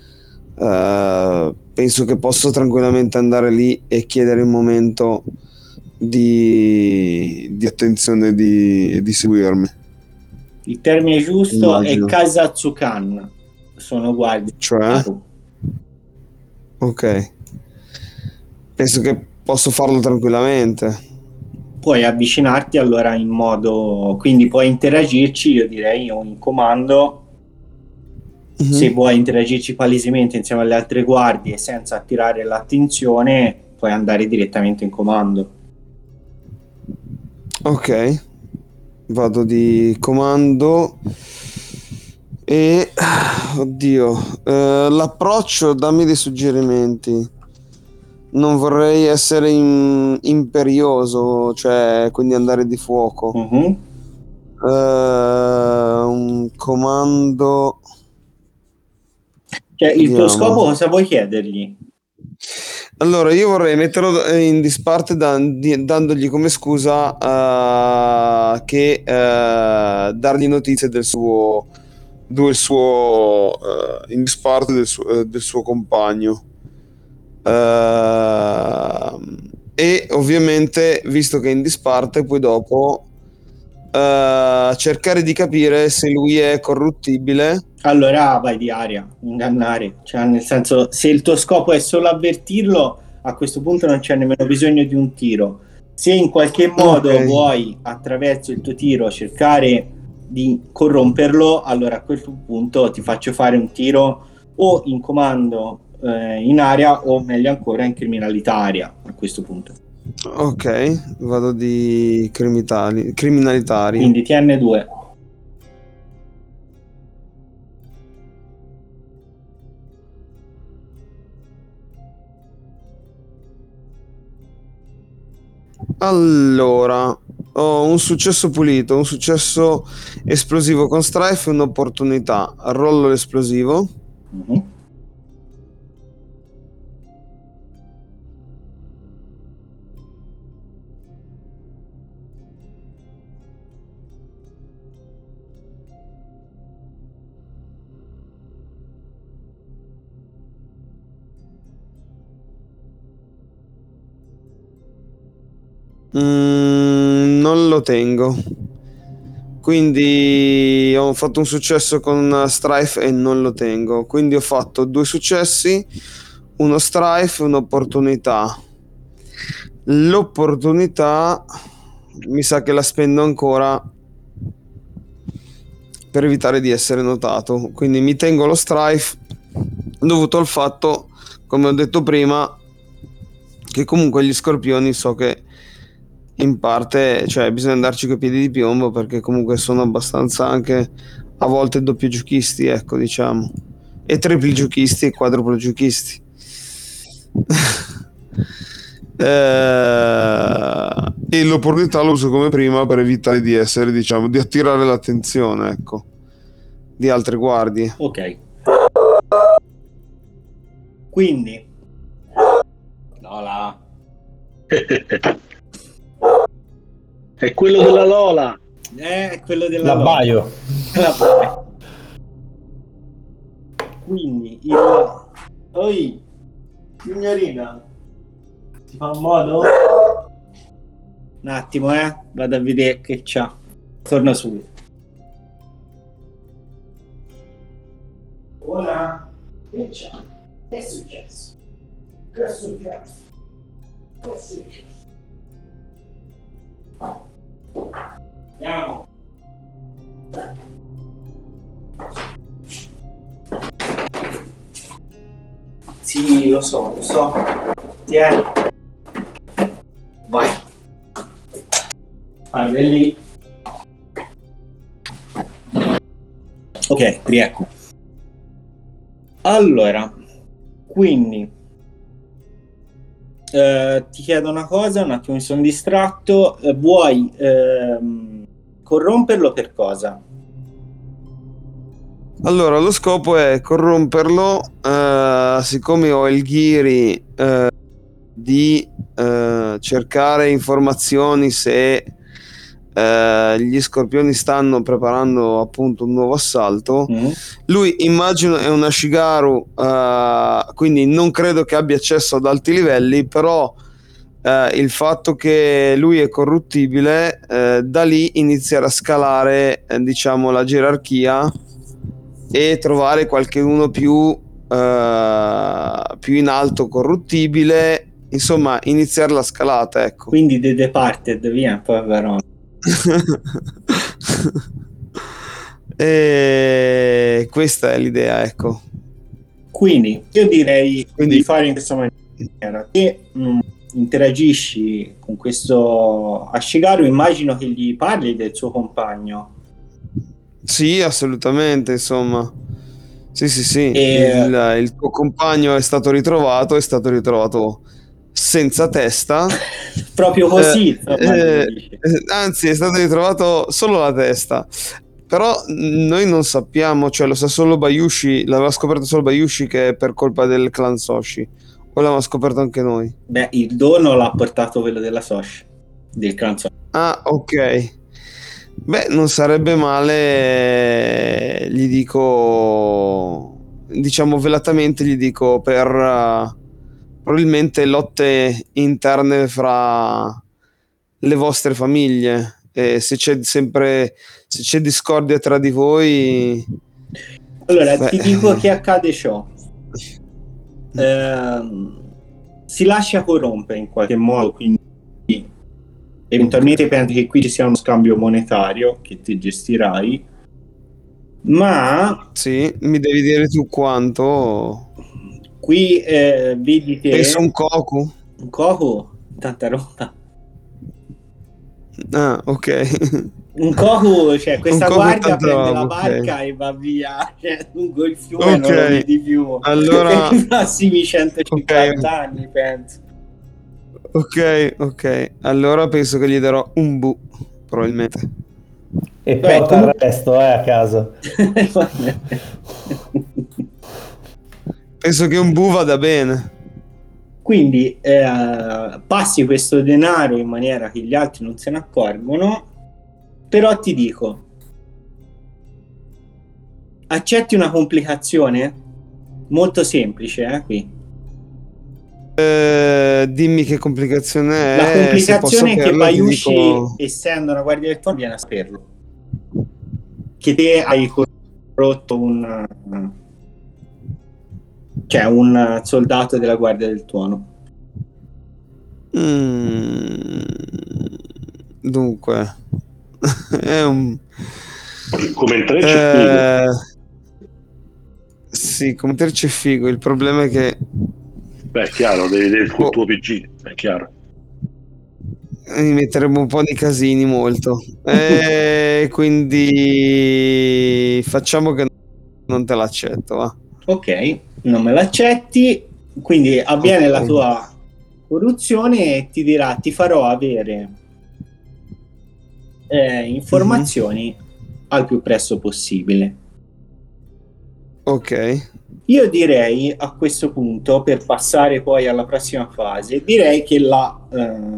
S3: penso che posso tranquillamente andare lì e chiedere il momento di attenzione, di seguirmi.
S1: Il termine giusto
S3: Immagino.
S1: è Kazatsukan, sono guardie.
S3: Cioè? Ok. Penso che posso farlo tranquillamente.
S1: Puoi avvicinarti allora in modo, quindi puoi interagirci, io direi, o in comando. Se vuoi interagirci palesemente insieme alle altre guardie senza attirare l'attenzione, puoi andare direttamente in comando.
S3: Ok, vado di comando e oddio, l'approccio, dammi dei suggerimenti. Non vorrei essere imperioso, cioè quindi andare di fuoco. Un comando.
S1: Cioè, il tuo scopo cosa vuoi chiedergli?
S3: Allora, io vorrei metterlo in disparte dandogli come scusa che dargli notizie del suo in disparte del suo compagno. E ovviamente, visto che è in disparte, poi dopo cercare di capire se lui è corruttibile.
S1: Allora vai di aria, ingannare, cioè nel senso, se il tuo scopo è solo avvertirlo, a questo punto non c'è nemmeno bisogno di un tiro. Se in qualche modo vuoi attraverso il tuo tiro cercare di corromperlo, allora a quel punto ti faccio fare un tiro o in comando in area, o meglio ancora in criminalità area a questo punto.
S3: Ok, vado di criminalitari.
S1: Quindi TN2.
S3: Allora, ho un successo pulito, un successo esplosivo con Strife e un'opportunità. Rollo l'esplosivo. Non lo tengo, quindi ho fatto un successo con Strife e non lo tengo, quindi ho fatto 2 successi, uno Strife e un'opportunità. L'opportunità mi sa che la spendo ancora per evitare di essere notato. Quindi mi tengo lo strife dovuto al fatto, come ho detto prima, che comunque gli scorpioni so che in parte, cioè, bisogna andarci coi piedi di piombo, perché comunque sono abbastanza anche a volte doppio giochisti, ecco, diciamo, e tripli giochisti e quadruplo giochisti. E l'opportunità lo uso come prima per evitare di essere, diciamo, di attirare l'attenzione, ecco, di altre guardie.
S1: Ok. Quindi Lola.
S5: È quello della Lola.
S1: È quello della
S4: L'abbaio.
S1: Lola. Quindi Oi, signorina, ti fa un modo? Un attimo, vado a vedere che c'ha. Torno subito. Ora, che c'ha? Che è successo? Che è successo? Che è successo? Andiamo. Sì, lo so. Tieni. Vai. Guarda lì. Ok, riecco. Allora, quindi ti chiedo una cosa, un attimo mi sono distratto. Vuoi corromperlo per cosa?
S3: Allora, lo scopo è corromperlo, siccome ho il ghiri di cercare informazioni se gli scorpioni stanno preparando appunto un nuovo assalto. Lui, immagino, è un Ashigaru, quindi non credo che abbia accesso ad alti livelli, però il fatto che lui è corruttibile, da lì iniziare a scalare diciamo la gerarchia e trovare qualcuno più in alto corruttibile, insomma iniziare la scalata, ecco.
S1: Quindi The Departed, via, povero.
S3: E questa è l'idea, ecco.
S1: Quindi io direi di fare in questa maniera: che interagisci con questo Ashigaru, immagino che gli parli del suo compagno.
S3: Sì, assolutamente, insomma. Sì.
S1: E
S3: Il tuo compagno è stato ritrovato senza testa.
S1: proprio così,
S3: Anzi, è stato ritrovato solo la testa. Però noi non sappiamo, cioè lo sa solo Bayushi, l'aveva scoperto solo Bayushi, che è per colpa del clan Soshi, o l'avevamo scoperto anche noi?
S1: Beh, il dono l'ha portato quello della Soshi, del clan Soshi.
S3: Ah, ok. Beh, non sarebbe male, gli dico, diciamo velatamente, gli dico per probabilmente lotte interne fra le vostre famiglie, e se c'è discordia tra di voi.
S1: Allora, ti dico che accade ciò. Si lascia corrompere in qualche modo, quindi eventualmente penso che qui ci sia uno scambio monetario che ti gestirai, ma
S3: sì, mi devi dire tu quanto.
S1: Qui vedi te.
S3: Penso un Koku.
S1: Un Koku? Tanta roba.
S3: Ah, ok.
S1: Un Koku, cioè questa guardia prende la
S3: roba,
S1: barca,
S3: ok.
S1: e va via, cioè, lungo il fiume, non lo vedi più.
S3: Allora,
S1: per i prossimi 150
S3: ok.
S1: anni, penso.
S3: Ok. Allora penso che gli darò un bu, probabilmente.
S4: E porta il resto a casa.
S3: Penso che un bu vada bene.
S1: Quindi passi questo denaro in maniera che gli altri non se ne accorgono, però ti dico, accetti una complicazione molto semplice, qui.
S3: Dimmi che complicazione è.
S1: La complicazione è che Bayushi,
S3: dico...
S1: essendo una guardia del trono, viene a saperlo. Che te hai corrotto un soldato della guardia del tuono.
S3: Dunque è un
S5: Come in 3 c'è figo.
S3: Sì, come te c'è figo. Il problema è che
S5: Beh, è chiaro, devi il tuo PG, è chiaro.
S3: mi metterebbe un po' di casini molto. Quindi facciamo che non te l'accetto, va.
S1: Ok, non me l'accetti, quindi avviene la
S3: Ok.
S1: tua corruzione e ti dirà ti farò avere informazioni al più presto possibile.
S3: Ok.
S1: Io direi a questo punto, per passare poi alla prossima fase, direi che la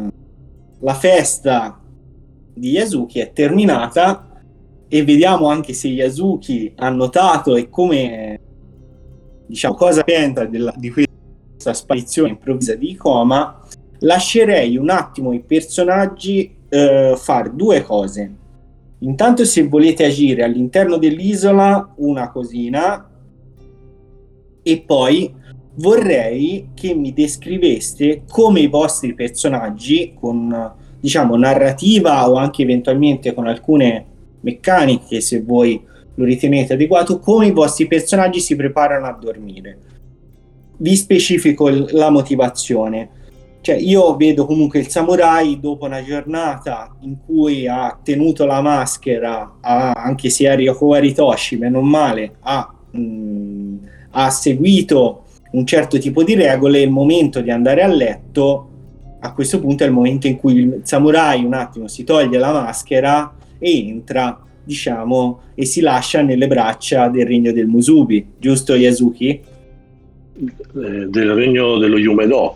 S1: festa di Yasuki è terminata e vediamo anche se Yasuki ha notato e come, diciamo, cosa pensa di questa sparizione improvvisa di Ikoma. Lascerei un attimo i personaggi fare due cose. Intanto, se volete agire all'interno dell'isola, una cosina, e poi vorrei che mi descriveste come i vostri personaggi, con, diciamo, narrativa o anche eventualmente con alcune meccaniche, se voi lo ritenete adeguato, come i vostri personaggi si preparano a dormire. Vi specifico la motivazione. Cioè, io vedo comunque il samurai dopo una giornata in cui ha tenuto la maschera, anche se è Ryoko Aritoshi, meno male, ha seguito un certo tipo di regole. Il momento di andare a letto, a questo punto, è il momento in cui il samurai un attimo si toglie la maschera e entra, diciamo, e si lascia nelle braccia del regno del Musubi, giusto Yasuki?
S5: Del regno dello Yumedo.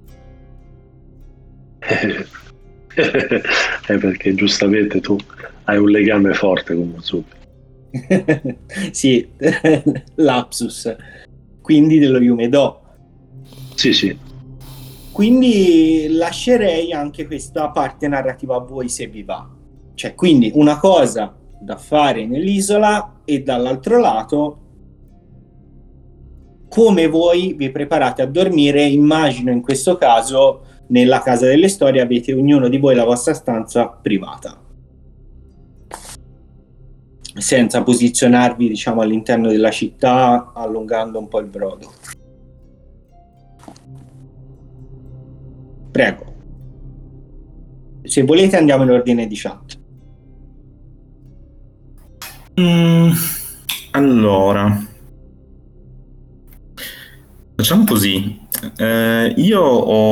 S5: Perché giustamente tu hai un legame forte con Musubi.
S1: Sì, lapsus. Quindi dello Yumedo.
S5: Sì.
S1: Quindi lascerei anche questa parte narrativa a voi, se vi va. Cioè, quindi una cosa da fare nell'isola e dall'altro lato come voi vi preparate a dormire. Immagino in questo caso nella casa delle storie avete ognuno di voi la vostra stanza privata, senza posizionarvi, diciamo, all'interno della città, allungando un po' il brodo. Prego. Se volete andiamo in ordine di chat.
S2: Allora, facciamo così. Io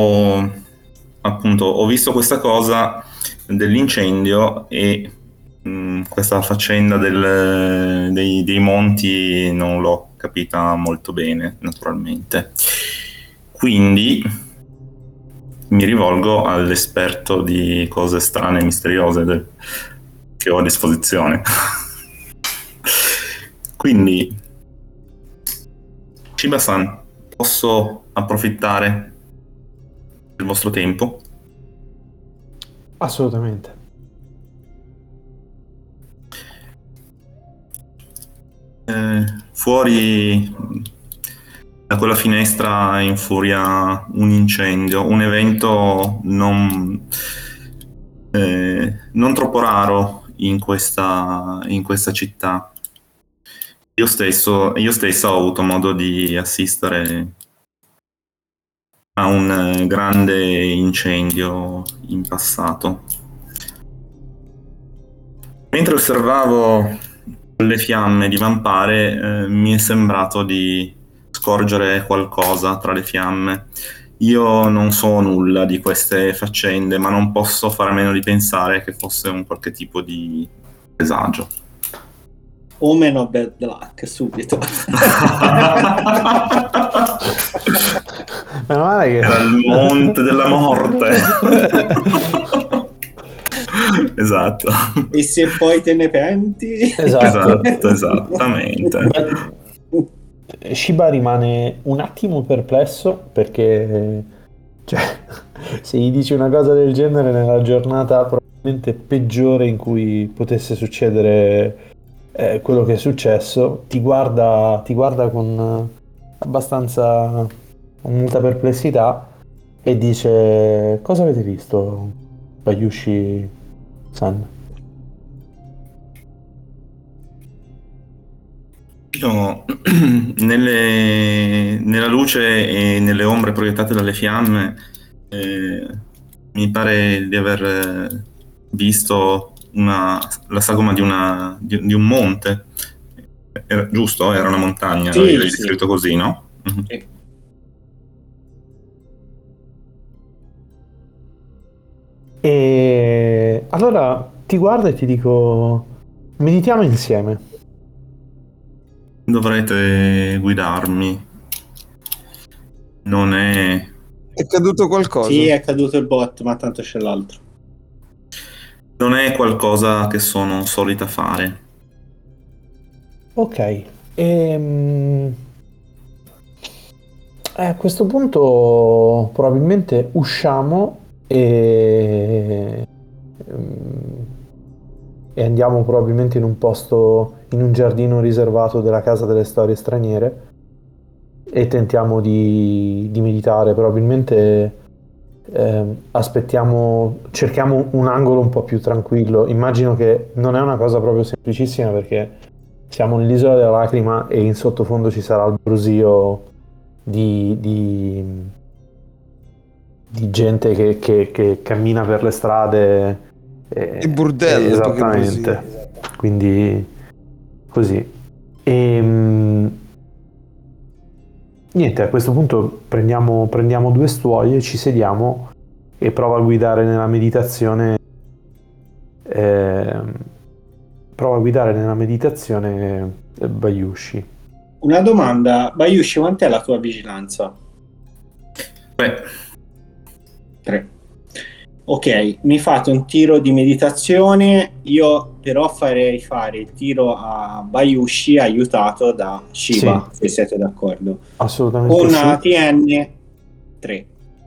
S2: ho visto questa cosa dell'incendio e questa faccenda dei monti non l'ho capita molto bene, naturalmente. Quindi mi rivolgo all'esperto di cose strane e misteriose che ho a disposizione. Quindi, Shiba-san, posso approfittare del vostro tempo?
S4: Assolutamente.
S2: Fuori da quella finestra infuria un incendio, un evento non troppo raro in questa città. Io stesso ho avuto modo di assistere a un grande incendio in passato. Mentre osservavo le fiamme divampare, mi è sembrato di scorgere qualcosa tra le fiamme. Io non so nulla di queste faccende, ma non posso fare a meno di pensare che fosse un qualche tipo di presagio.
S1: Omen of bad luck, subito.
S4: Meno male che...
S2: Dal monte della morte. Esatto.
S1: E se poi te ne penti?
S4: Esatto.
S2: Esattamente.
S4: Shiba rimane un attimo perplesso perché, cioè, se gli dici una cosa del genere nella giornata probabilmente peggiore in cui potesse succedere quello che è successo, ti guarda con abbastanza, con molta perplessità e dice: cosa avete visto, Bayushi-san?
S2: Io nella luce e nelle ombre proiettate dalle fiamme mi pare di aver visto la sagoma di un monte. Era, giusto? Era una montagna,
S1: Sì,
S2: l'avevi
S1: sì.
S2: descritto così, no? Mhm.
S1: Sì.
S4: E allora ti guardo e ti dico, meditiamo insieme.
S2: Dovrete guidarmi. Non è
S3: È caduto qualcosa?
S1: Sì, è caduto il bot, ma tanto c'è l'altro.
S2: qualcosa che sono solita fare.
S4: Ok. A questo punto probabilmente usciamo e andiamo probabilmente in un posto, in un giardino riservato della Casa delle Storie Straniere e tentiamo di meditare. Probabilmente cerchiamo un angolo un po' più tranquillo. Immagino che non è una cosa proprio semplicissima perché siamo nell'isola della lacrima e in sottofondo ci sarà il brusio di gente che cammina per le strade.
S3: Il burdello,
S4: Esattamente. Quindi così. Niente, a questo punto prendiamo 2 stuoie, ci sediamo e provo a guidare nella meditazione. Bayushi.
S1: Una domanda, Bayushi, quant'è la tua vigilanza? 3. Ok, mi fate un tiro di meditazione, io però farei fare il tiro a Bayushi aiutato da Shiva, se siete d'accordo.
S4: Assolutamente
S1: Con
S4: sì.
S1: ATN 3.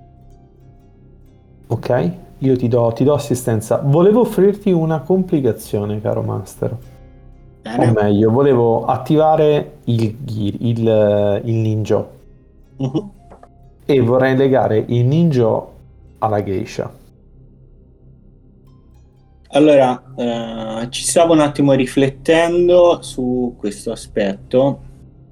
S4: Ok, io ti do assistenza. Volevo offrirti una complicazione, caro Master.
S1: Bene.
S4: O meglio, volevo attivare il ninja.
S1: Mhm.
S4: E vorrei legare il ninja alla geisha.
S1: Allora, ci stavo un attimo riflettendo su questo aspetto.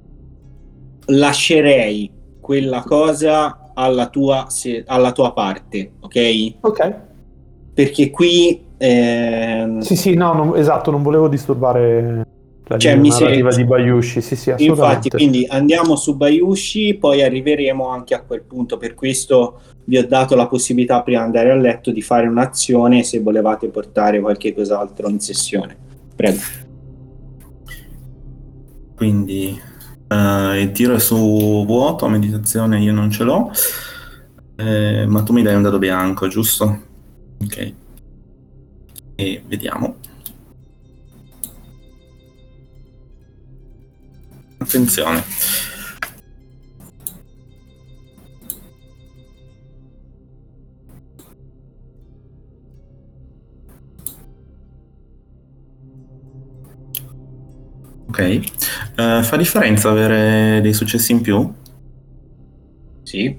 S1: Lascerei quella cosa alla tua parte, ok?
S4: Ok.
S1: Perché qui
S4: Sì, no, esatto, non volevo disturbare la
S1: cioè,
S4: linea narrativa di Bayushi. Sì, assolutamente.
S1: infatti, quindi andiamo su Bayushi, poi arriveremo anche a quel punto. Per questo vi ho dato la possibilità prima di andare a letto di fare un'azione se volevate portare qualche cos'altro in sessione. Prego.
S2: Quindi il tiro è su vuoto, meditazione io non ce l'ho, ma tu mi dai un dado bianco, giusto? Ok. E vediamo. Attenzione. Ok. Fa differenza avere dei successi in più?
S1: Sì.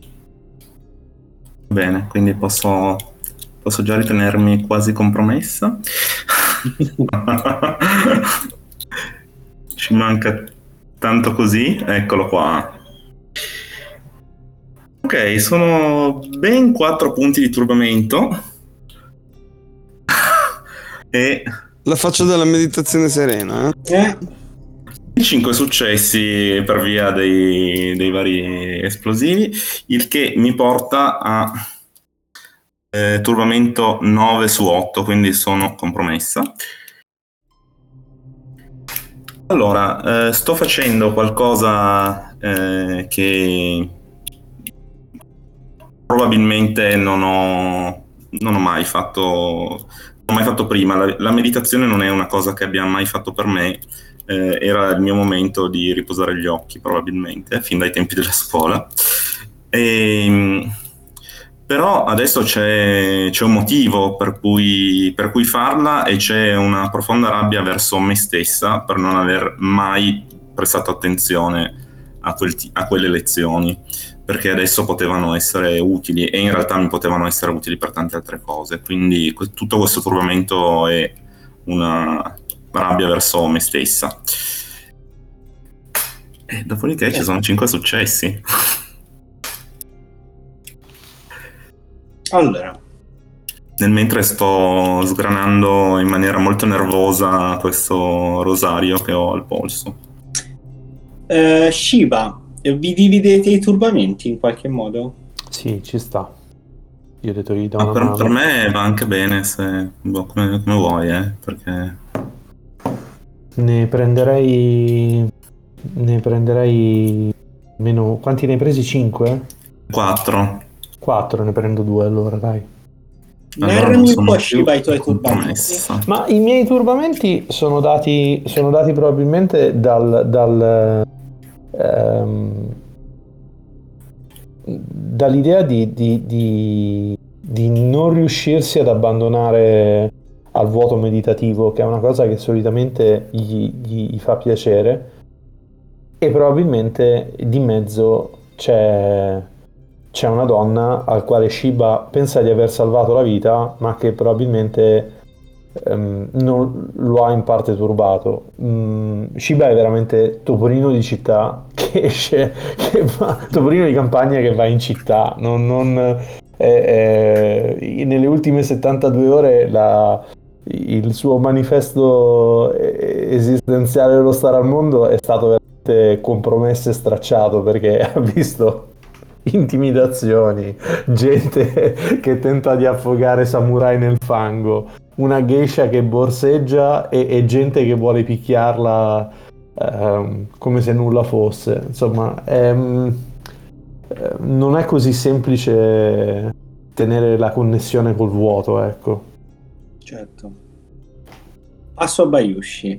S2: Bene, quindi posso già ritenermi quasi compromessa. Ci manca tanto così, eccolo qua. Ok, sono ben 4 punti di turbamento. E
S3: La faccia della meditazione serena,
S2: 5 successi per via dei vari esplosivi, il che mi porta a turbamento 9 su 8, quindi sono compromessa. Allora, sto facendo qualcosa che probabilmente non ho mai fatto prima. La meditazione non è una cosa che abbia mai fatto per me. Era il mio momento di riposare gli occhi, probabilmente, fin dai tempi della scuola. Però adesso c'è un motivo per cui farla, e c'è una profonda rabbia verso me stessa per non aver mai prestato attenzione a quelle lezioni, perché adesso potevano essere utili, e in realtà mi potevano essere utili per tante altre cose. Quindi tutto questo turbamento è una rabbia verso me stessa. E dopodiché ci sono 5 successi.
S1: Allora,
S2: Nel mentre sto sgranando in maniera molto nervosa questo rosario che ho al polso.
S1: Shiba, vi dividete i turbamenti in qualche modo?
S4: Sì, ci sta. Io ho detto gli do
S2: Ma
S4: una
S2: per
S4: mano.
S2: me va anche bene se come vuoi, perché
S4: Ne prenderei meno. Quanti ne hai presi? 5?
S2: 4.
S4: 4, ne prendo 2 allora, dai.
S2: Allora non
S1: Narrami un
S2: sono
S1: po',
S2: più
S1: Shiba, i tuoi turbamenti.
S2: compromessa.
S4: Ma i miei turbamenti sono dati probabilmente dall'idea di non riuscirsi ad abbandonare al vuoto meditativo, che è una cosa che solitamente gli fa piacere, e probabilmente di mezzo c'è una donna al quale Shiba pensa di aver salvato la vita, ma che probabilmente non lo ha in parte turbato. Shiba è veramente topolino di città che esce, topolino di campagna che va in città. Nelle ultime 72 ore il suo manifesto esistenziale dello stare al mondo è stato veramente compromesso e stracciato, perché ha visto intimidazioni, gente che tenta di affogare samurai nel fango, una geisha che borseggia e gente che vuole picchiarla come se nulla fosse. Insomma, non è così semplice tenere la connessione col vuoto, ecco.
S1: Certo. Passo a Bayushi.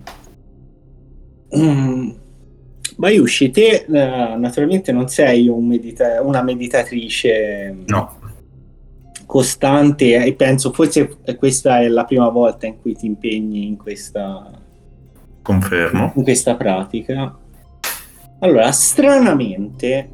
S1: Bayushi, te naturalmente non sei una meditatrice
S2: No,
S1: costante, e penso forse questa è la prima volta in cui ti impegni in questa
S2: confermo.
S1: pratica. Allora, stranamente,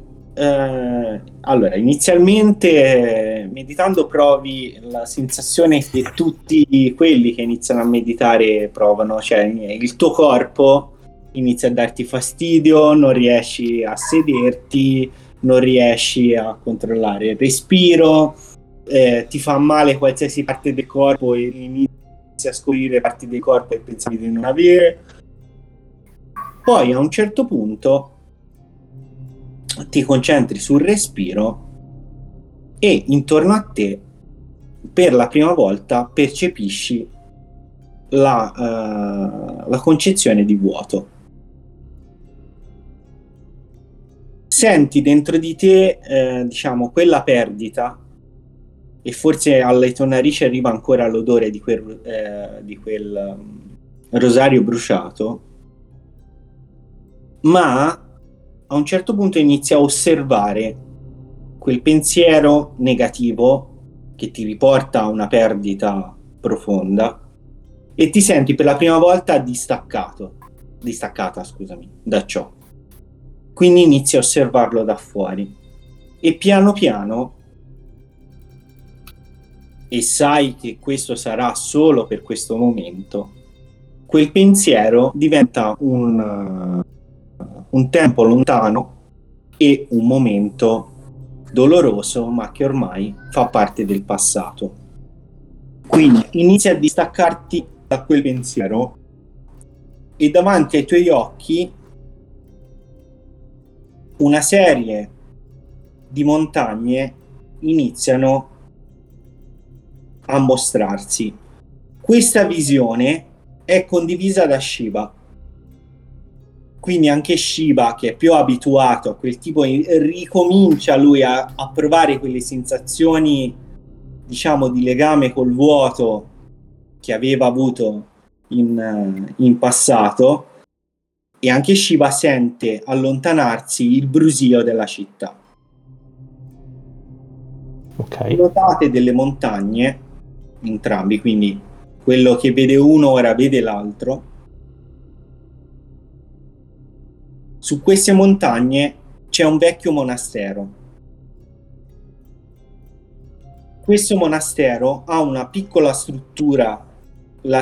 S1: inizialmente meditando provi la sensazione che tutti quelli che iniziano a meditare provano, cioè il tuo corpo inizia a darti fastidio, non riesci a sederti, non riesci a controllare il respiro, ti fa male qualsiasi parte del corpo e inizi a scoprire parti del corpo che pensavi di non avere. Poi a un certo punto ti concentri sul respiro e intorno a te per la prima volta percepisci la concezione di vuoto. Senti dentro di te quella perdita, e forse alle tue narici arriva ancora l'odore di quel rosario bruciato, ma a un certo punto inizi a osservare quel pensiero negativo che ti riporta a una perdita profonda e ti senti per la prima volta distaccata, da ciò. Quindi inizi a osservarlo da fuori e piano piano, e sai che questo sarà solo per questo momento, quel pensiero diventa un tempo lontano e un momento doloroso, ma che ormai fa parte del passato. Quindi inizi a distaccarti da quel pensiero e davanti ai tuoi occhi una serie di montagne iniziano a mostrarsi. Questa visione è condivisa da Shiba. Quindi anche Shiba, che è più abituato a quel tipo, ricomincia lui a provare quelle sensazioni, diciamo, di legame col vuoto che aveva avuto in passato, e anche Shiba sente allontanarsi il brusio della città.
S4: Ok.
S1: Notate delle montagne, entrambi, quindi quello che vede uno ora vede l'altro. Su queste montagne c'è un vecchio monastero. Questo monastero ha una piccola struttura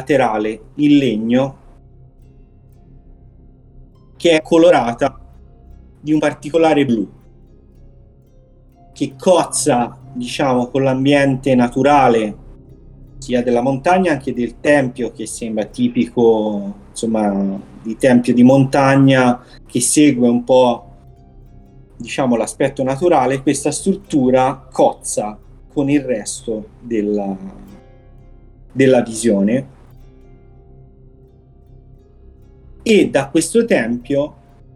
S1: laterale in legno che è colorata di un particolare blu che cozza, diciamo, con l'ambiente naturale sia della montagna che del tempio, che sembra tipico, insomma, di tempio di montagna, che segue un po', diciamo, l'aspetto naturale. Questa struttura cozza con il resto della visione, e da questo tempio,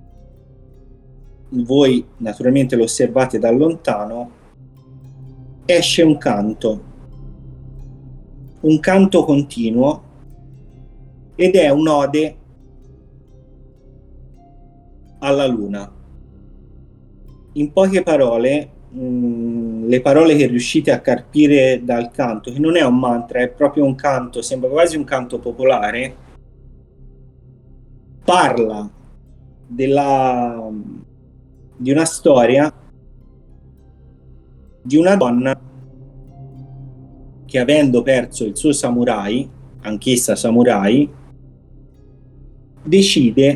S1: voi naturalmente lo osservate da lontano, esce un canto continuo, ed è un'ode alla luna. In poche parole, le parole che riuscite a carpire dal canto, che non è un mantra, è proprio un canto, sembra quasi un canto popolare, parla di una storia di una donna che, avendo perso il suo samurai, anch'essa samurai, decide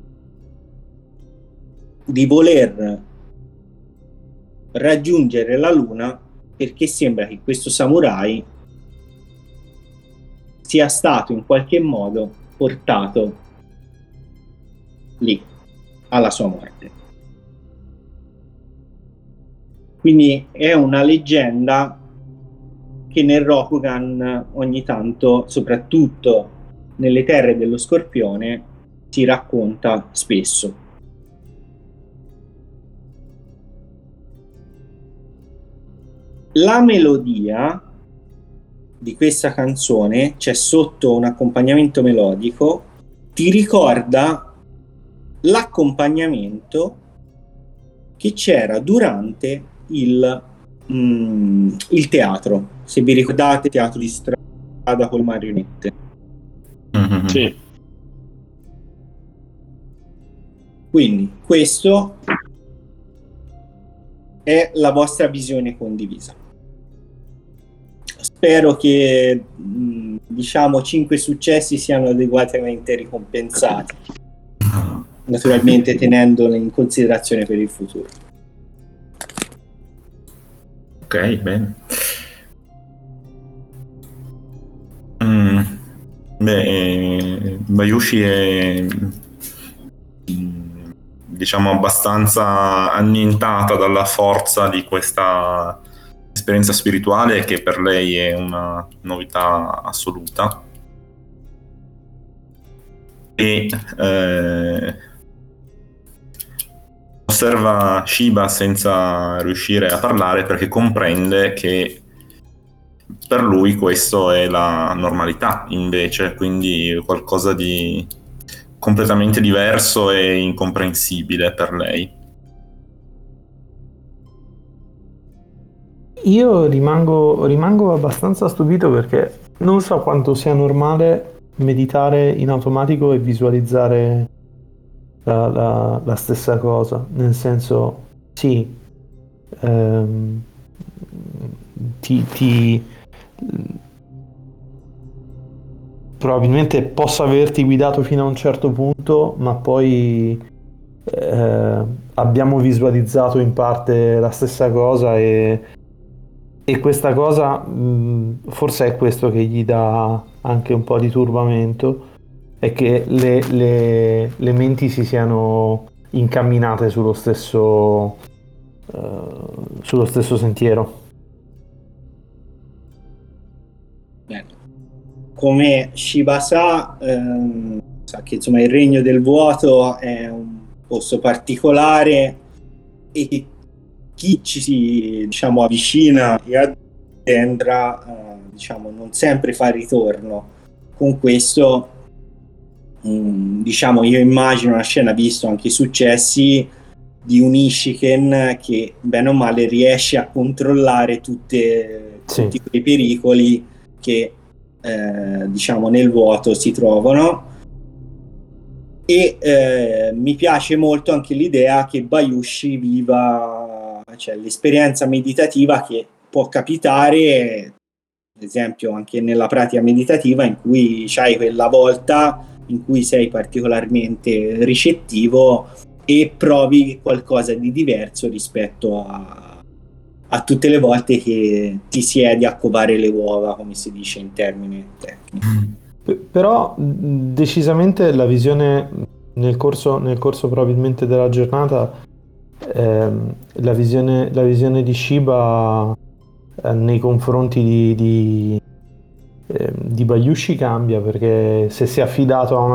S1: di voler raggiungere la luna, perché sembra che questo samurai sia stato in qualche modo portato lì alla sua morte. Quindi è una leggenda che nel Rokugan ogni tanto, soprattutto nelle terre dello Scorpione, si racconta spesso. La melodia di questa canzone, c'è sotto un accompagnamento melodico, ti ricorda l'accompagnamento che c'era durante il teatro, se vi ricordate, teatro di strada con le marionette.
S2: Mm-hmm.
S5: Sì.
S1: Quindi questo è la vostra visione condivisa. Spero che diciamo 5 successi siano adeguatamente ricompensati, naturalmente tenendole in considerazione per il futuro.
S2: Ok, bene. Bayushi è, diciamo, abbastanza annientata dalla forza di questa esperienza spirituale, che per lei è una novità assoluta, e osserva Shiba senza riuscire a parlare, perché comprende che per lui questo è la normalità, invece, quindi qualcosa di completamente diverso e incomprensibile per lei.
S4: Io rimango abbastanza stupito, perché non so quanto sia normale meditare in automatico e visualizzare la stessa cosa, nel senso, sì, probabilmente possa averti guidato fino a un certo punto, ma poi abbiamo visualizzato in parte la stessa cosa, e questa cosa forse è questo che gli dà anche un po' di turbamento, è che le menti si siano incamminate sullo stesso sentiero.
S1: Bene. Come Shiba sa che insomma il regno del vuoto è un posto particolare, e che chi ci si, diciamo, avvicina e addentra diciamo, non sempre fa ritorno. Con questo diciamo, io immagino una scena, visto anche i successi, di un Ishiken che bene o male riesce a controllare tutti quei pericoli che diciamo nel vuoto si trovano. E mi piace molto anche l'idea che Bayushi viva, cioè, l'esperienza meditativa che può capitare, ad esempio anche nella pratica meditativa, in cui c'hai quella volta in cui sei particolarmente ricettivo e provi qualcosa di diverso rispetto a tutte le volte che ti siedi a covare le uova, come si dice in termini tecnici.
S4: Però decisamente la visione nel corso probabilmente della giornata, la visione di Shiba nei confronti di Bayushi cambia, perché se si è affidato a una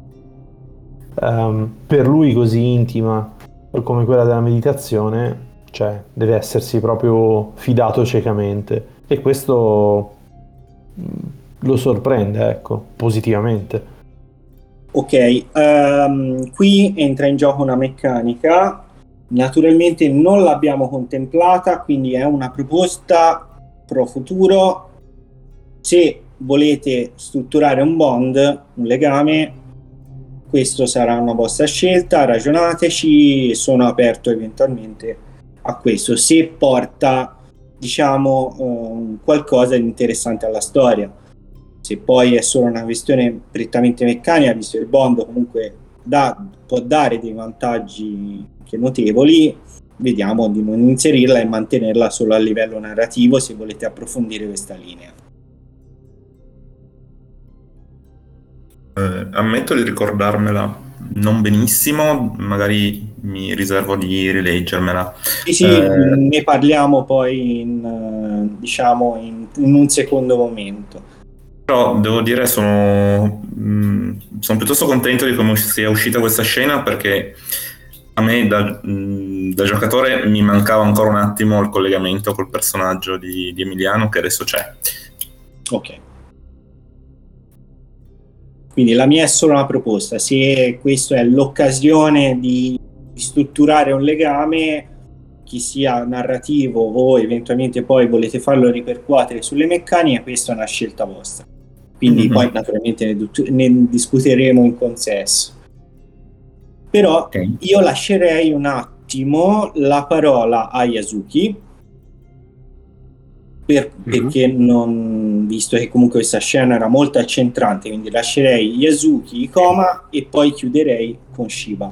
S4: per lui così intima come quella della meditazione, cioè deve essersi proprio fidato ciecamente, e questo lo sorprende, ecco, positivamente.
S1: Ok, qui entra in gioco una meccanica, naturalmente non l'abbiamo contemplata, quindi è una proposta pro futuro. Se volete strutturare un bond, un legame, questo sarà una vostra scelta, ragionateci, sono aperto eventualmente a questo, se porta, diciamo, qualcosa di interessante alla storia. Se poi è solo una questione prettamente meccanica, visto che il bond comunque può dare dei vantaggi che notevoli, vediamo di non inserirla e mantenerla solo a livello narrativo se volete approfondire questa linea.
S2: Ammetto di ricordarmela non benissimo, magari mi riservo di rileggermela.
S1: Sì, ne parliamo poi in un secondo momento.
S2: Però devo dire sono piuttosto contento di come sia uscita questa scena, perché a me da giocatore mi mancava ancora un attimo il collegamento col personaggio di Emiliano, che adesso c'è.
S1: Ok. Quindi la mia è solo una proposta, se questa è l'occasione di strutturare un legame, che sia narrativo o eventualmente poi volete farlo ripercuotere sulle meccaniche, questa è una scelta vostra. Quindi poi naturalmente ne discuteremo in consesso. Però io lascerei un attimo la parola a Yasuki, perché non, visto che comunque questa scena era molto accentrante, quindi lascerei Yasuki, Ikoma e poi chiuderei con Shiba.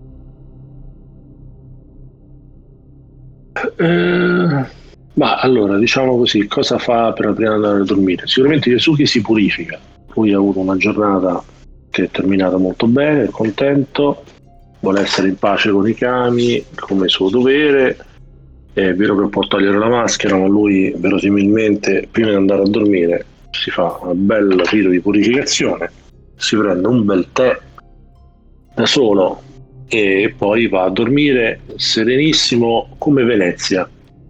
S5: Ma allora, diciamo così, cosa fa per prima di andare a dormire? Sicuramente Yasuki si purifica, lui ha avuto una giornata che è terminata molto bene, è contento, vuole essere in pace con i kami come suo dovere. È vero che può togliere la maschera, ma lui verosimilmente prima di andare a dormire si fa un bel rito di purificazione, si prende un bel tè da solo e poi va a dormire serenissimo come Venezia.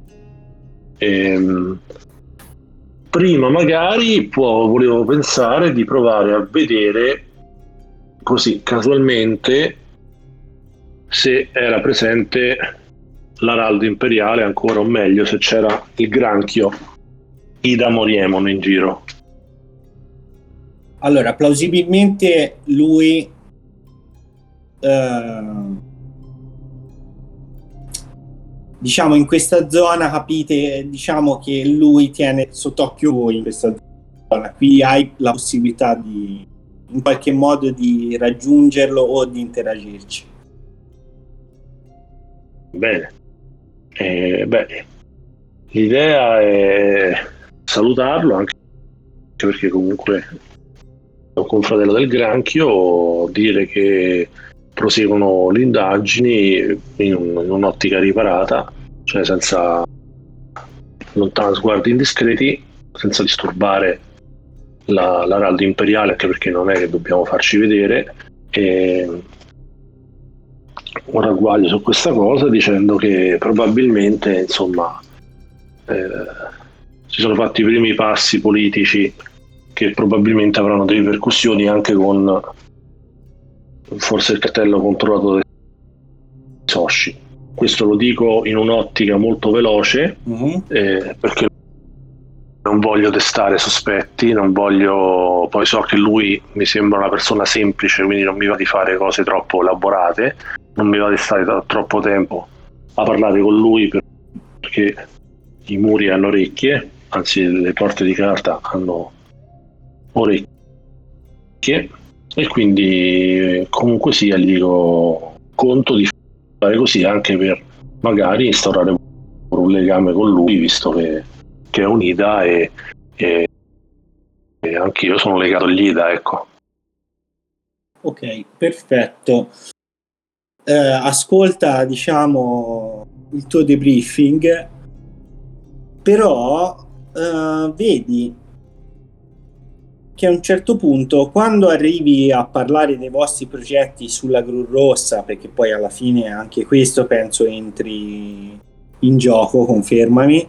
S5: Prima magari volevo pensare di provare a vedere così casualmente se era presente l'araldo imperiale ancora, o meglio se c'era il granchio Ida Moriemon in giro.
S1: Allora, plausibilmente lui diciamo in questa zona, capite, diciamo che lui tiene sott'occhio voi in questa zona, qui hai la possibilità di in qualche modo di raggiungerlo o di interagirci.
S5: Bene. L'idea è salutarlo, anche perché comunque è un confratello del granchio, dire che proseguono le indagini in un'ottica riparata, cioè senza lontani sguardi indiscreti, senza disturbare l'araldo imperiale, anche perché non è che dobbiamo farci vedere, e un ragguaglio su questa cosa dicendo che probabilmente insomma si sono fatti i primi passi politici che probabilmente avranno delle ripercussioni anche con forse il cartello controllato dai Soshi. Questo lo dico in un'ottica molto veloce, perché non voglio testare sospetti, poi so che lui mi sembra una persona semplice, quindi non mi va di fare cose troppo elaborate, non mi va di stare troppo tempo a parlare con lui, perché i muri hanno orecchie, anzi le porte di carta hanno orecchie, e quindi comunque sia gli dico conto di così, anche per magari instaurare un legame con lui, visto che è un'Ida e anche io sono legato agli Ida, ecco.
S1: Ok, perfetto. Ascolta, diciamo, il tuo debriefing, però vedi che a un certo punto, quando arrivi a parlare dei vostri progetti sulla Gru Rossa, perché poi alla fine anche questo penso entri in gioco, confermami.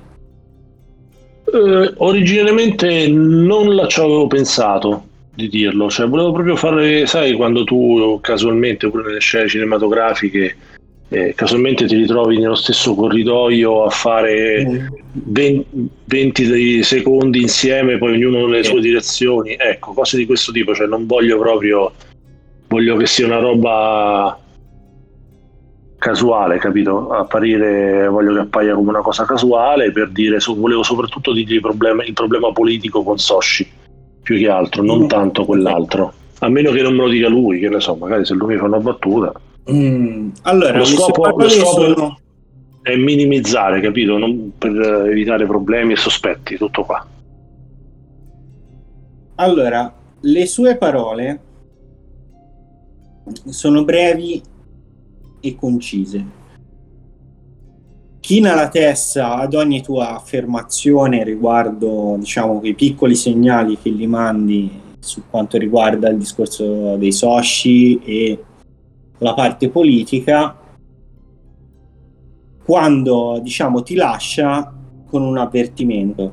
S5: Originariamente non ci avevo pensato di dirlo, cioè volevo proprio fare, sai, quando tu casualmente pure nelle scene cinematografiche casualmente ti ritrovi nello stesso corridoio a fare 20 secondi insieme, poi ognuno nelle sue direzioni, ecco, cose di questo tipo, cioè non voglio proprio, voglio che sia una roba casuale, capito? Voglio che appaia come una cosa casuale, per dire, volevo soprattutto dirgli il problema politico con Soshi, più che altro, non tanto quell'altro, a meno che non me lo dica lui, che ne so, magari se lui mi fa una battuta.
S1: Allora,
S5: lo scopo
S1: sono...
S5: è minimizzare, capito? Per evitare problemi e sospetti, tutto qua.
S1: Allora, le sue parole sono brevi e concise. China la testa ad ogni tua affermazione riguardo, diciamo, quei piccoli segnali che gli mandi su quanto riguarda il discorso dei Soshi e la parte politica, quando, diciamo, ti lascia con un avvertimento: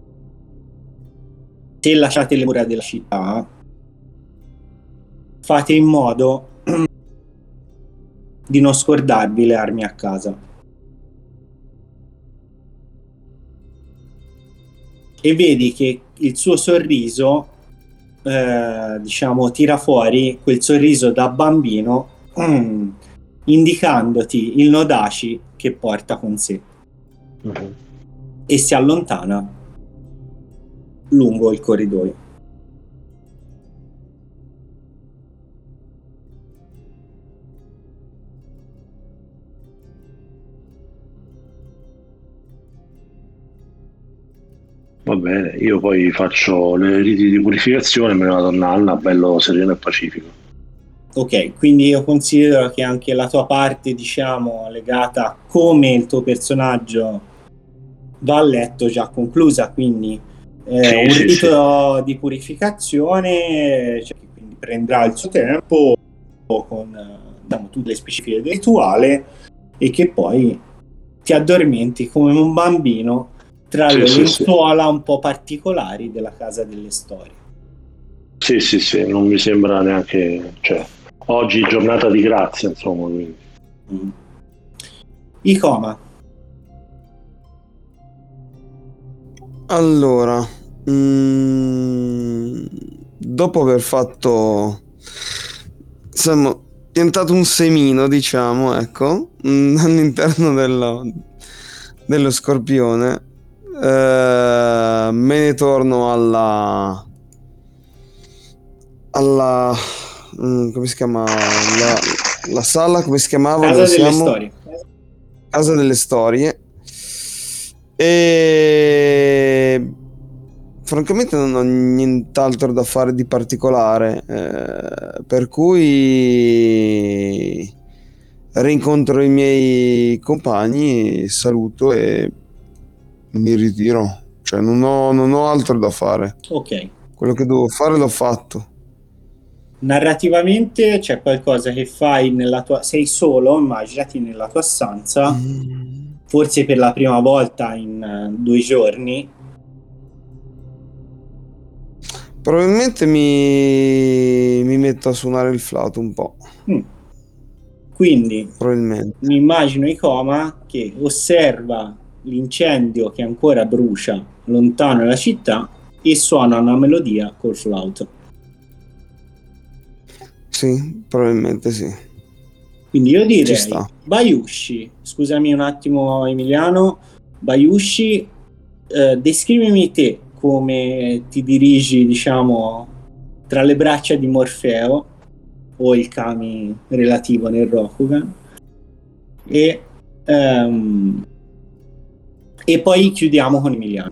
S1: se lasciate le mura della città, fate in modo di non scordarvi le armi a casa. E vedi che il suo sorriso, diciamo, tira fuori quel sorriso da bambino, indicandoti il Nodashi che porta con sé. E si allontana lungo il corridoio.
S5: Va bene, io poi faccio le riti di purificazione e me ne vado a Nanna, bello sereno e pacifico.
S1: Ok, quindi io considero che anche la tua parte, diciamo, legata a come il tuo personaggio va a letto già conclusa, quindi un rito di purificazione, cioè, che quindi prenderà il suo tempo con, diciamo, tutte le specifiche del rituale, e che poi ti addormenti come un bambino tra le lenzuola un po' particolari della Casa delle Storie.
S5: Sì, non mi sembra neanche, cioè, oggi è giornata di grazia, insomma. Quindi.
S1: Ikoma.
S3: Allora, dopo aver fatto, insomma, piantato un semino, diciamo, ecco, all'interno dello scorpione, me ne torno alla come si chiama la sala, come si chiamava? Casa delle Storie. E francamente non ho nient'altro da fare di particolare, per cui rincontro i miei compagni, saluto e mi ritiro, cioè non ho altro da fare.
S1: Ok,
S3: quello che devo fare l'ho fatto.
S1: Narrativamente c'è qualcosa che fai nella tua... Sei solo, immaginati, nella tua stanza, forse per la prima volta in 2 giorni.
S3: Probabilmente mi metto a suonare il flauto un po'.
S1: Quindi
S3: probabilmente
S1: mi immagino Ikoma che osserva l'incendio che ancora brucia lontano dalla città e suona una melodia col flauto.
S3: Sì, probabilmente sì.
S1: Quindi io direi, Bayushi, scusami un attimo Emiliano, Bayushi, descrivimi te come ti dirigi, diciamo, tra le braccia di Morfeo o il kami relativo nel Rokugan, e poi chiudiamo con Emiliano.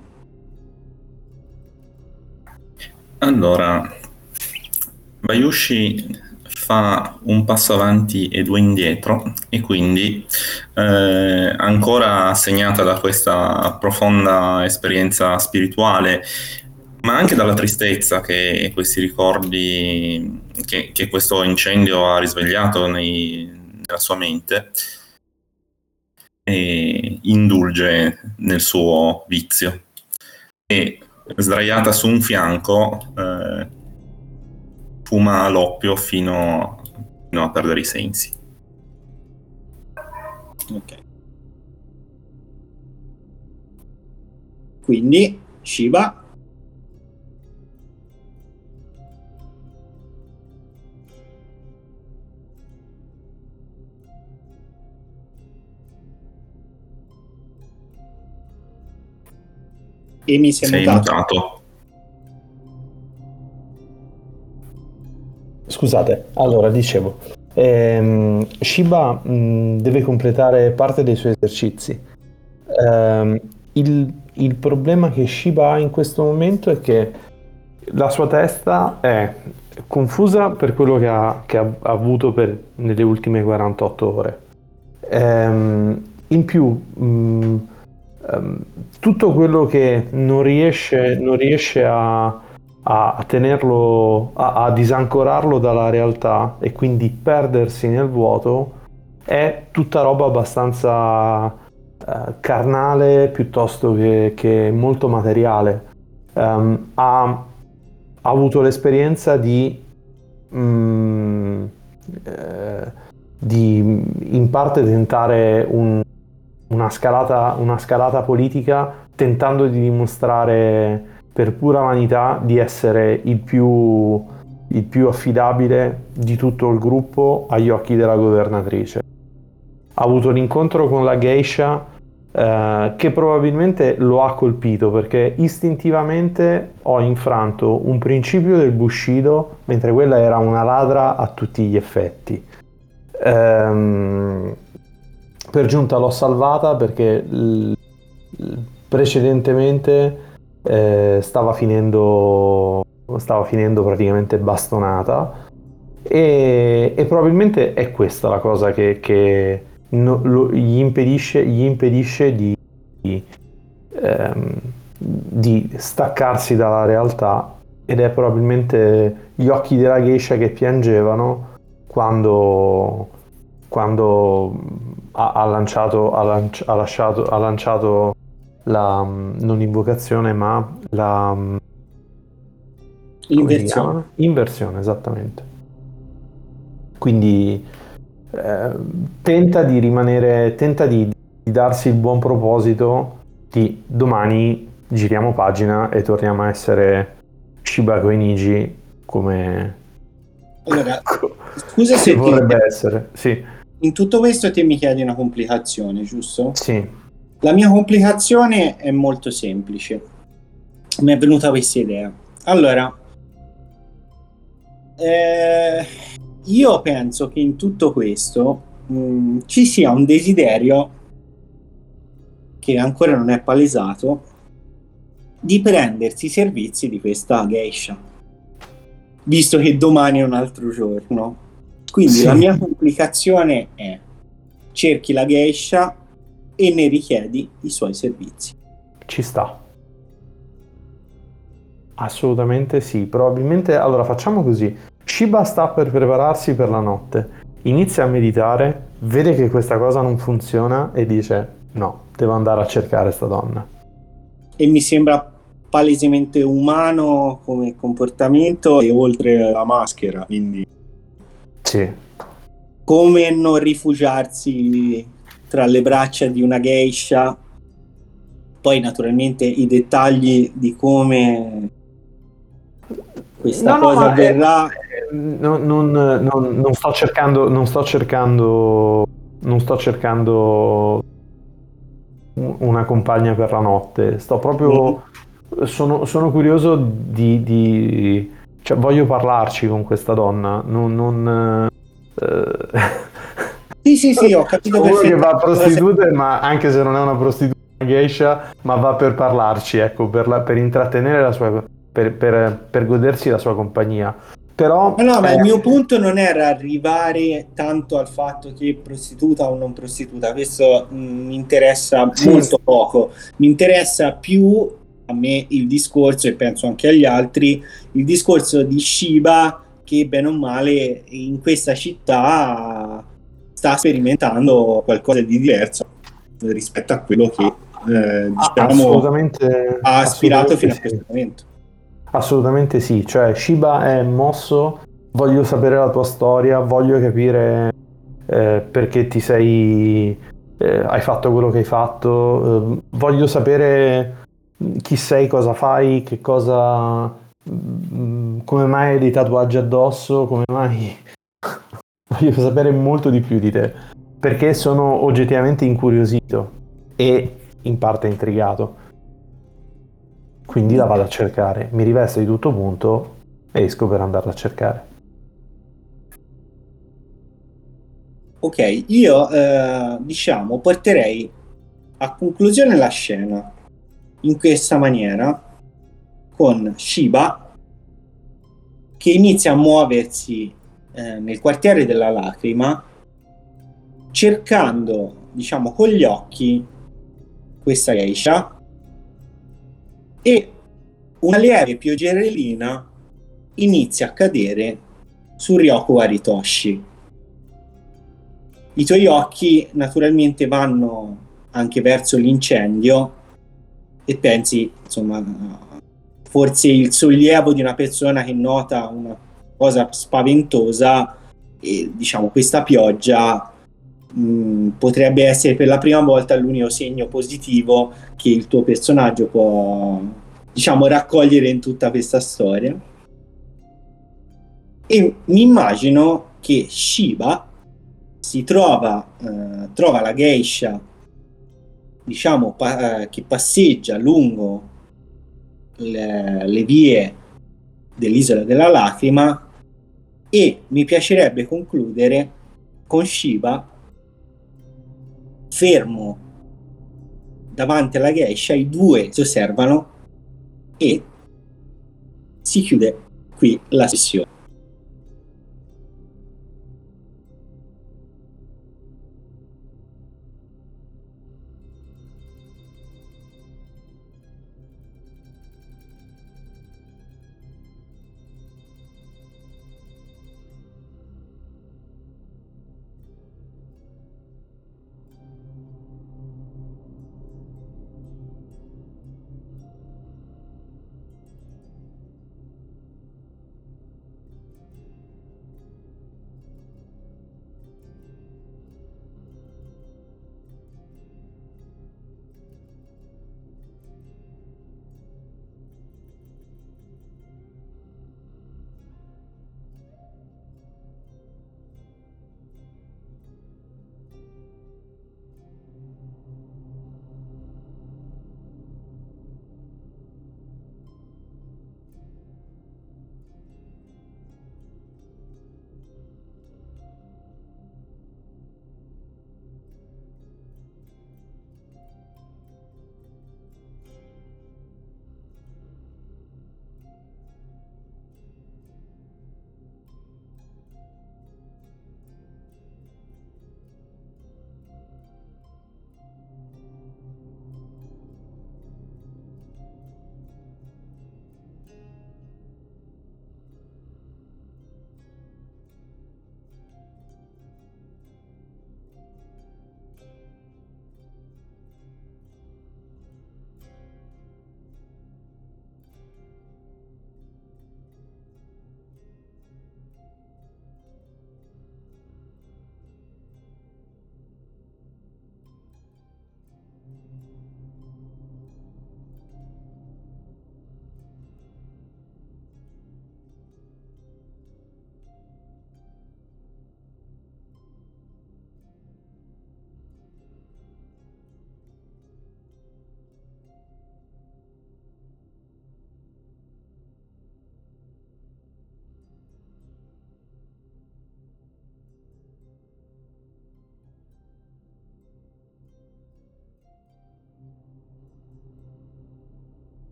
S2: Allora, Bayushi fa un passo avanti e 2 indietro, e quindi ancora segnata da questa profonda esperienza spirituale, ma anche dalla tristezza che questi ricordi, che questo incendio ha risvegliato nella sua mente, e indulge nel suo vizio, e sdraiata su un fianco fuma l'oppio fino a perdere i sensi.
S1: Ok. Quindi Shiba. E mi sei mutato.
S4: Scusate, allora dicevo, Shiba deve completare parte dei suoi esercizi. Il problema che Shiba ha in questo momento è che la sua testa è confusa per quello che ha avuto nelle ultime 48 ore. In più, tutto quello che non riesce a tenerlo, a disancorarlo dalla realtà e quindi perdersi nel vuoto, è tutta roba abbastanza carnale piuttosto che molto materiale. Ha avuto l'esperienza di in parte tentare una scalata politica, tentando di dimostrare per pura vanità di essere il più affidabile di tutto il gruppo agli occhi della governatrice. Ha avuto l'incontro con la geisha che probabilmente lo ha colpito, perché istintivamente ho infranto un principio del Bushido, mentre quella era una ladra a tutti gli effetti. Per giunta l'ho salvata perché precedentemente stava finendo praticamente bastonata, e probabilmente è questa la cosa che gli impedisce di staccarsi dalla realtà, ed è probabilmente gli occhi della geisha che piangevano quando ha lanciato la non invocazione ma la inversione, esattamente. Quindi tenta di darsi il buon proposito di domani giriamo pagina e torniamo a essere Shiba Koiniji come
S1: allora, scusa se
S4: vorrebbe essere. Sì.
S1: In tutto questo te mi chiedi una complicazione, giusto?
S4: Sì.
S1: La mia complicazione è molto semplice. Mi è venuta questa idea. Allora, io penso che in tutto questo ci sia un desiderio che ancora non è palesato di prendersi i servizi di questa geisha, visto che domani è un altro giorno. Quindi sì. La mia complicazione è: cerchi la geisha e ne richiedi i suoi servizi.
S4: Ci sta. Assolutamente sì. Probabilmente, allora facciamo così: Shiba sta per prepararsi per la notte, inizia a meditare, vede che questa cosa non funziona e dice no, devo andare a cercare sta donna.
S1: E mi sembra palesemente umano come comportamento, e oltre la maschera, quindi
S4: sì.
S1: Come non rifugiarsi tra le braccia di una geisha. Poi naturalmente i dettagli di come questa cosa avverrà
S4: non sto cercando una compagna per la notte. Sto proprio sono curioso cioè voglio parlarci con questa donna,
S1: Sì, ho capito
S4: uno che va a
S1: perfettamente.
S4: prostitute, ma anche se non è una prostituta, una geisha, ma va per parlarci, ecco, per intrattenere la sua, per godersi la sua compagnia. Però
S1: Ma il mio punto non era arrivare tanto al fatto che prostituta o non prostituta, questo mi interessa
S4: sì,
S1: molto poco, mi interessa più a me il discorso, e penso anche agli altri, il discorso di Shiba che bene o male in questa città sta sperimentando qualcosa di diverso rispetto a quello che diciamo ha aspirato fino a
S4: sì.
S1: questo momento.
S4: Assolutamente sì, cioè Shiba è mosso, voglio sapere la tua storia, voglio capire perché ti sei hai fatto quello che hai fatto, voglio sapere chi sei, cosa fai, che cosa come mai hai dei tatuaggi addosso, come mai voglio sapere molto di più di te, perché sono oggettivamente incuriosito e in parte intrigato. Quindi la vado a cercare, mi rivesto di tutto punto e esco per andarla a cercare.
S1: Ok, io diciamo porterei a conclusione la scena in questa maniera, con Shiba che inizia a muoversi nel quartiere della Lacrima, cercando, diciamo, con gli occhi questa geisha, e una lieve pioggerellina inizia a cadere su Ryoko Aritoshi. I tuoi occhi naturalmente vanno anche verso l'incendio e pensi, insomma, forse il sollievo di una persona che nota una cosa spaventosa, e diciamo questa pioggia potrebbe essere per la prima volta l'unico segno positivo che il tuo personaggio può, diciamo, raccogliere in tutta questa storia. E mi immagino che Shiba si trova la geisha, diciamo, che passeggia lungo le vie dell'isola della Lacrima, e mi piacerebbe concludere con Shiba fermo davanti alla geisha, i due si osservano e si chiude qui la sessione.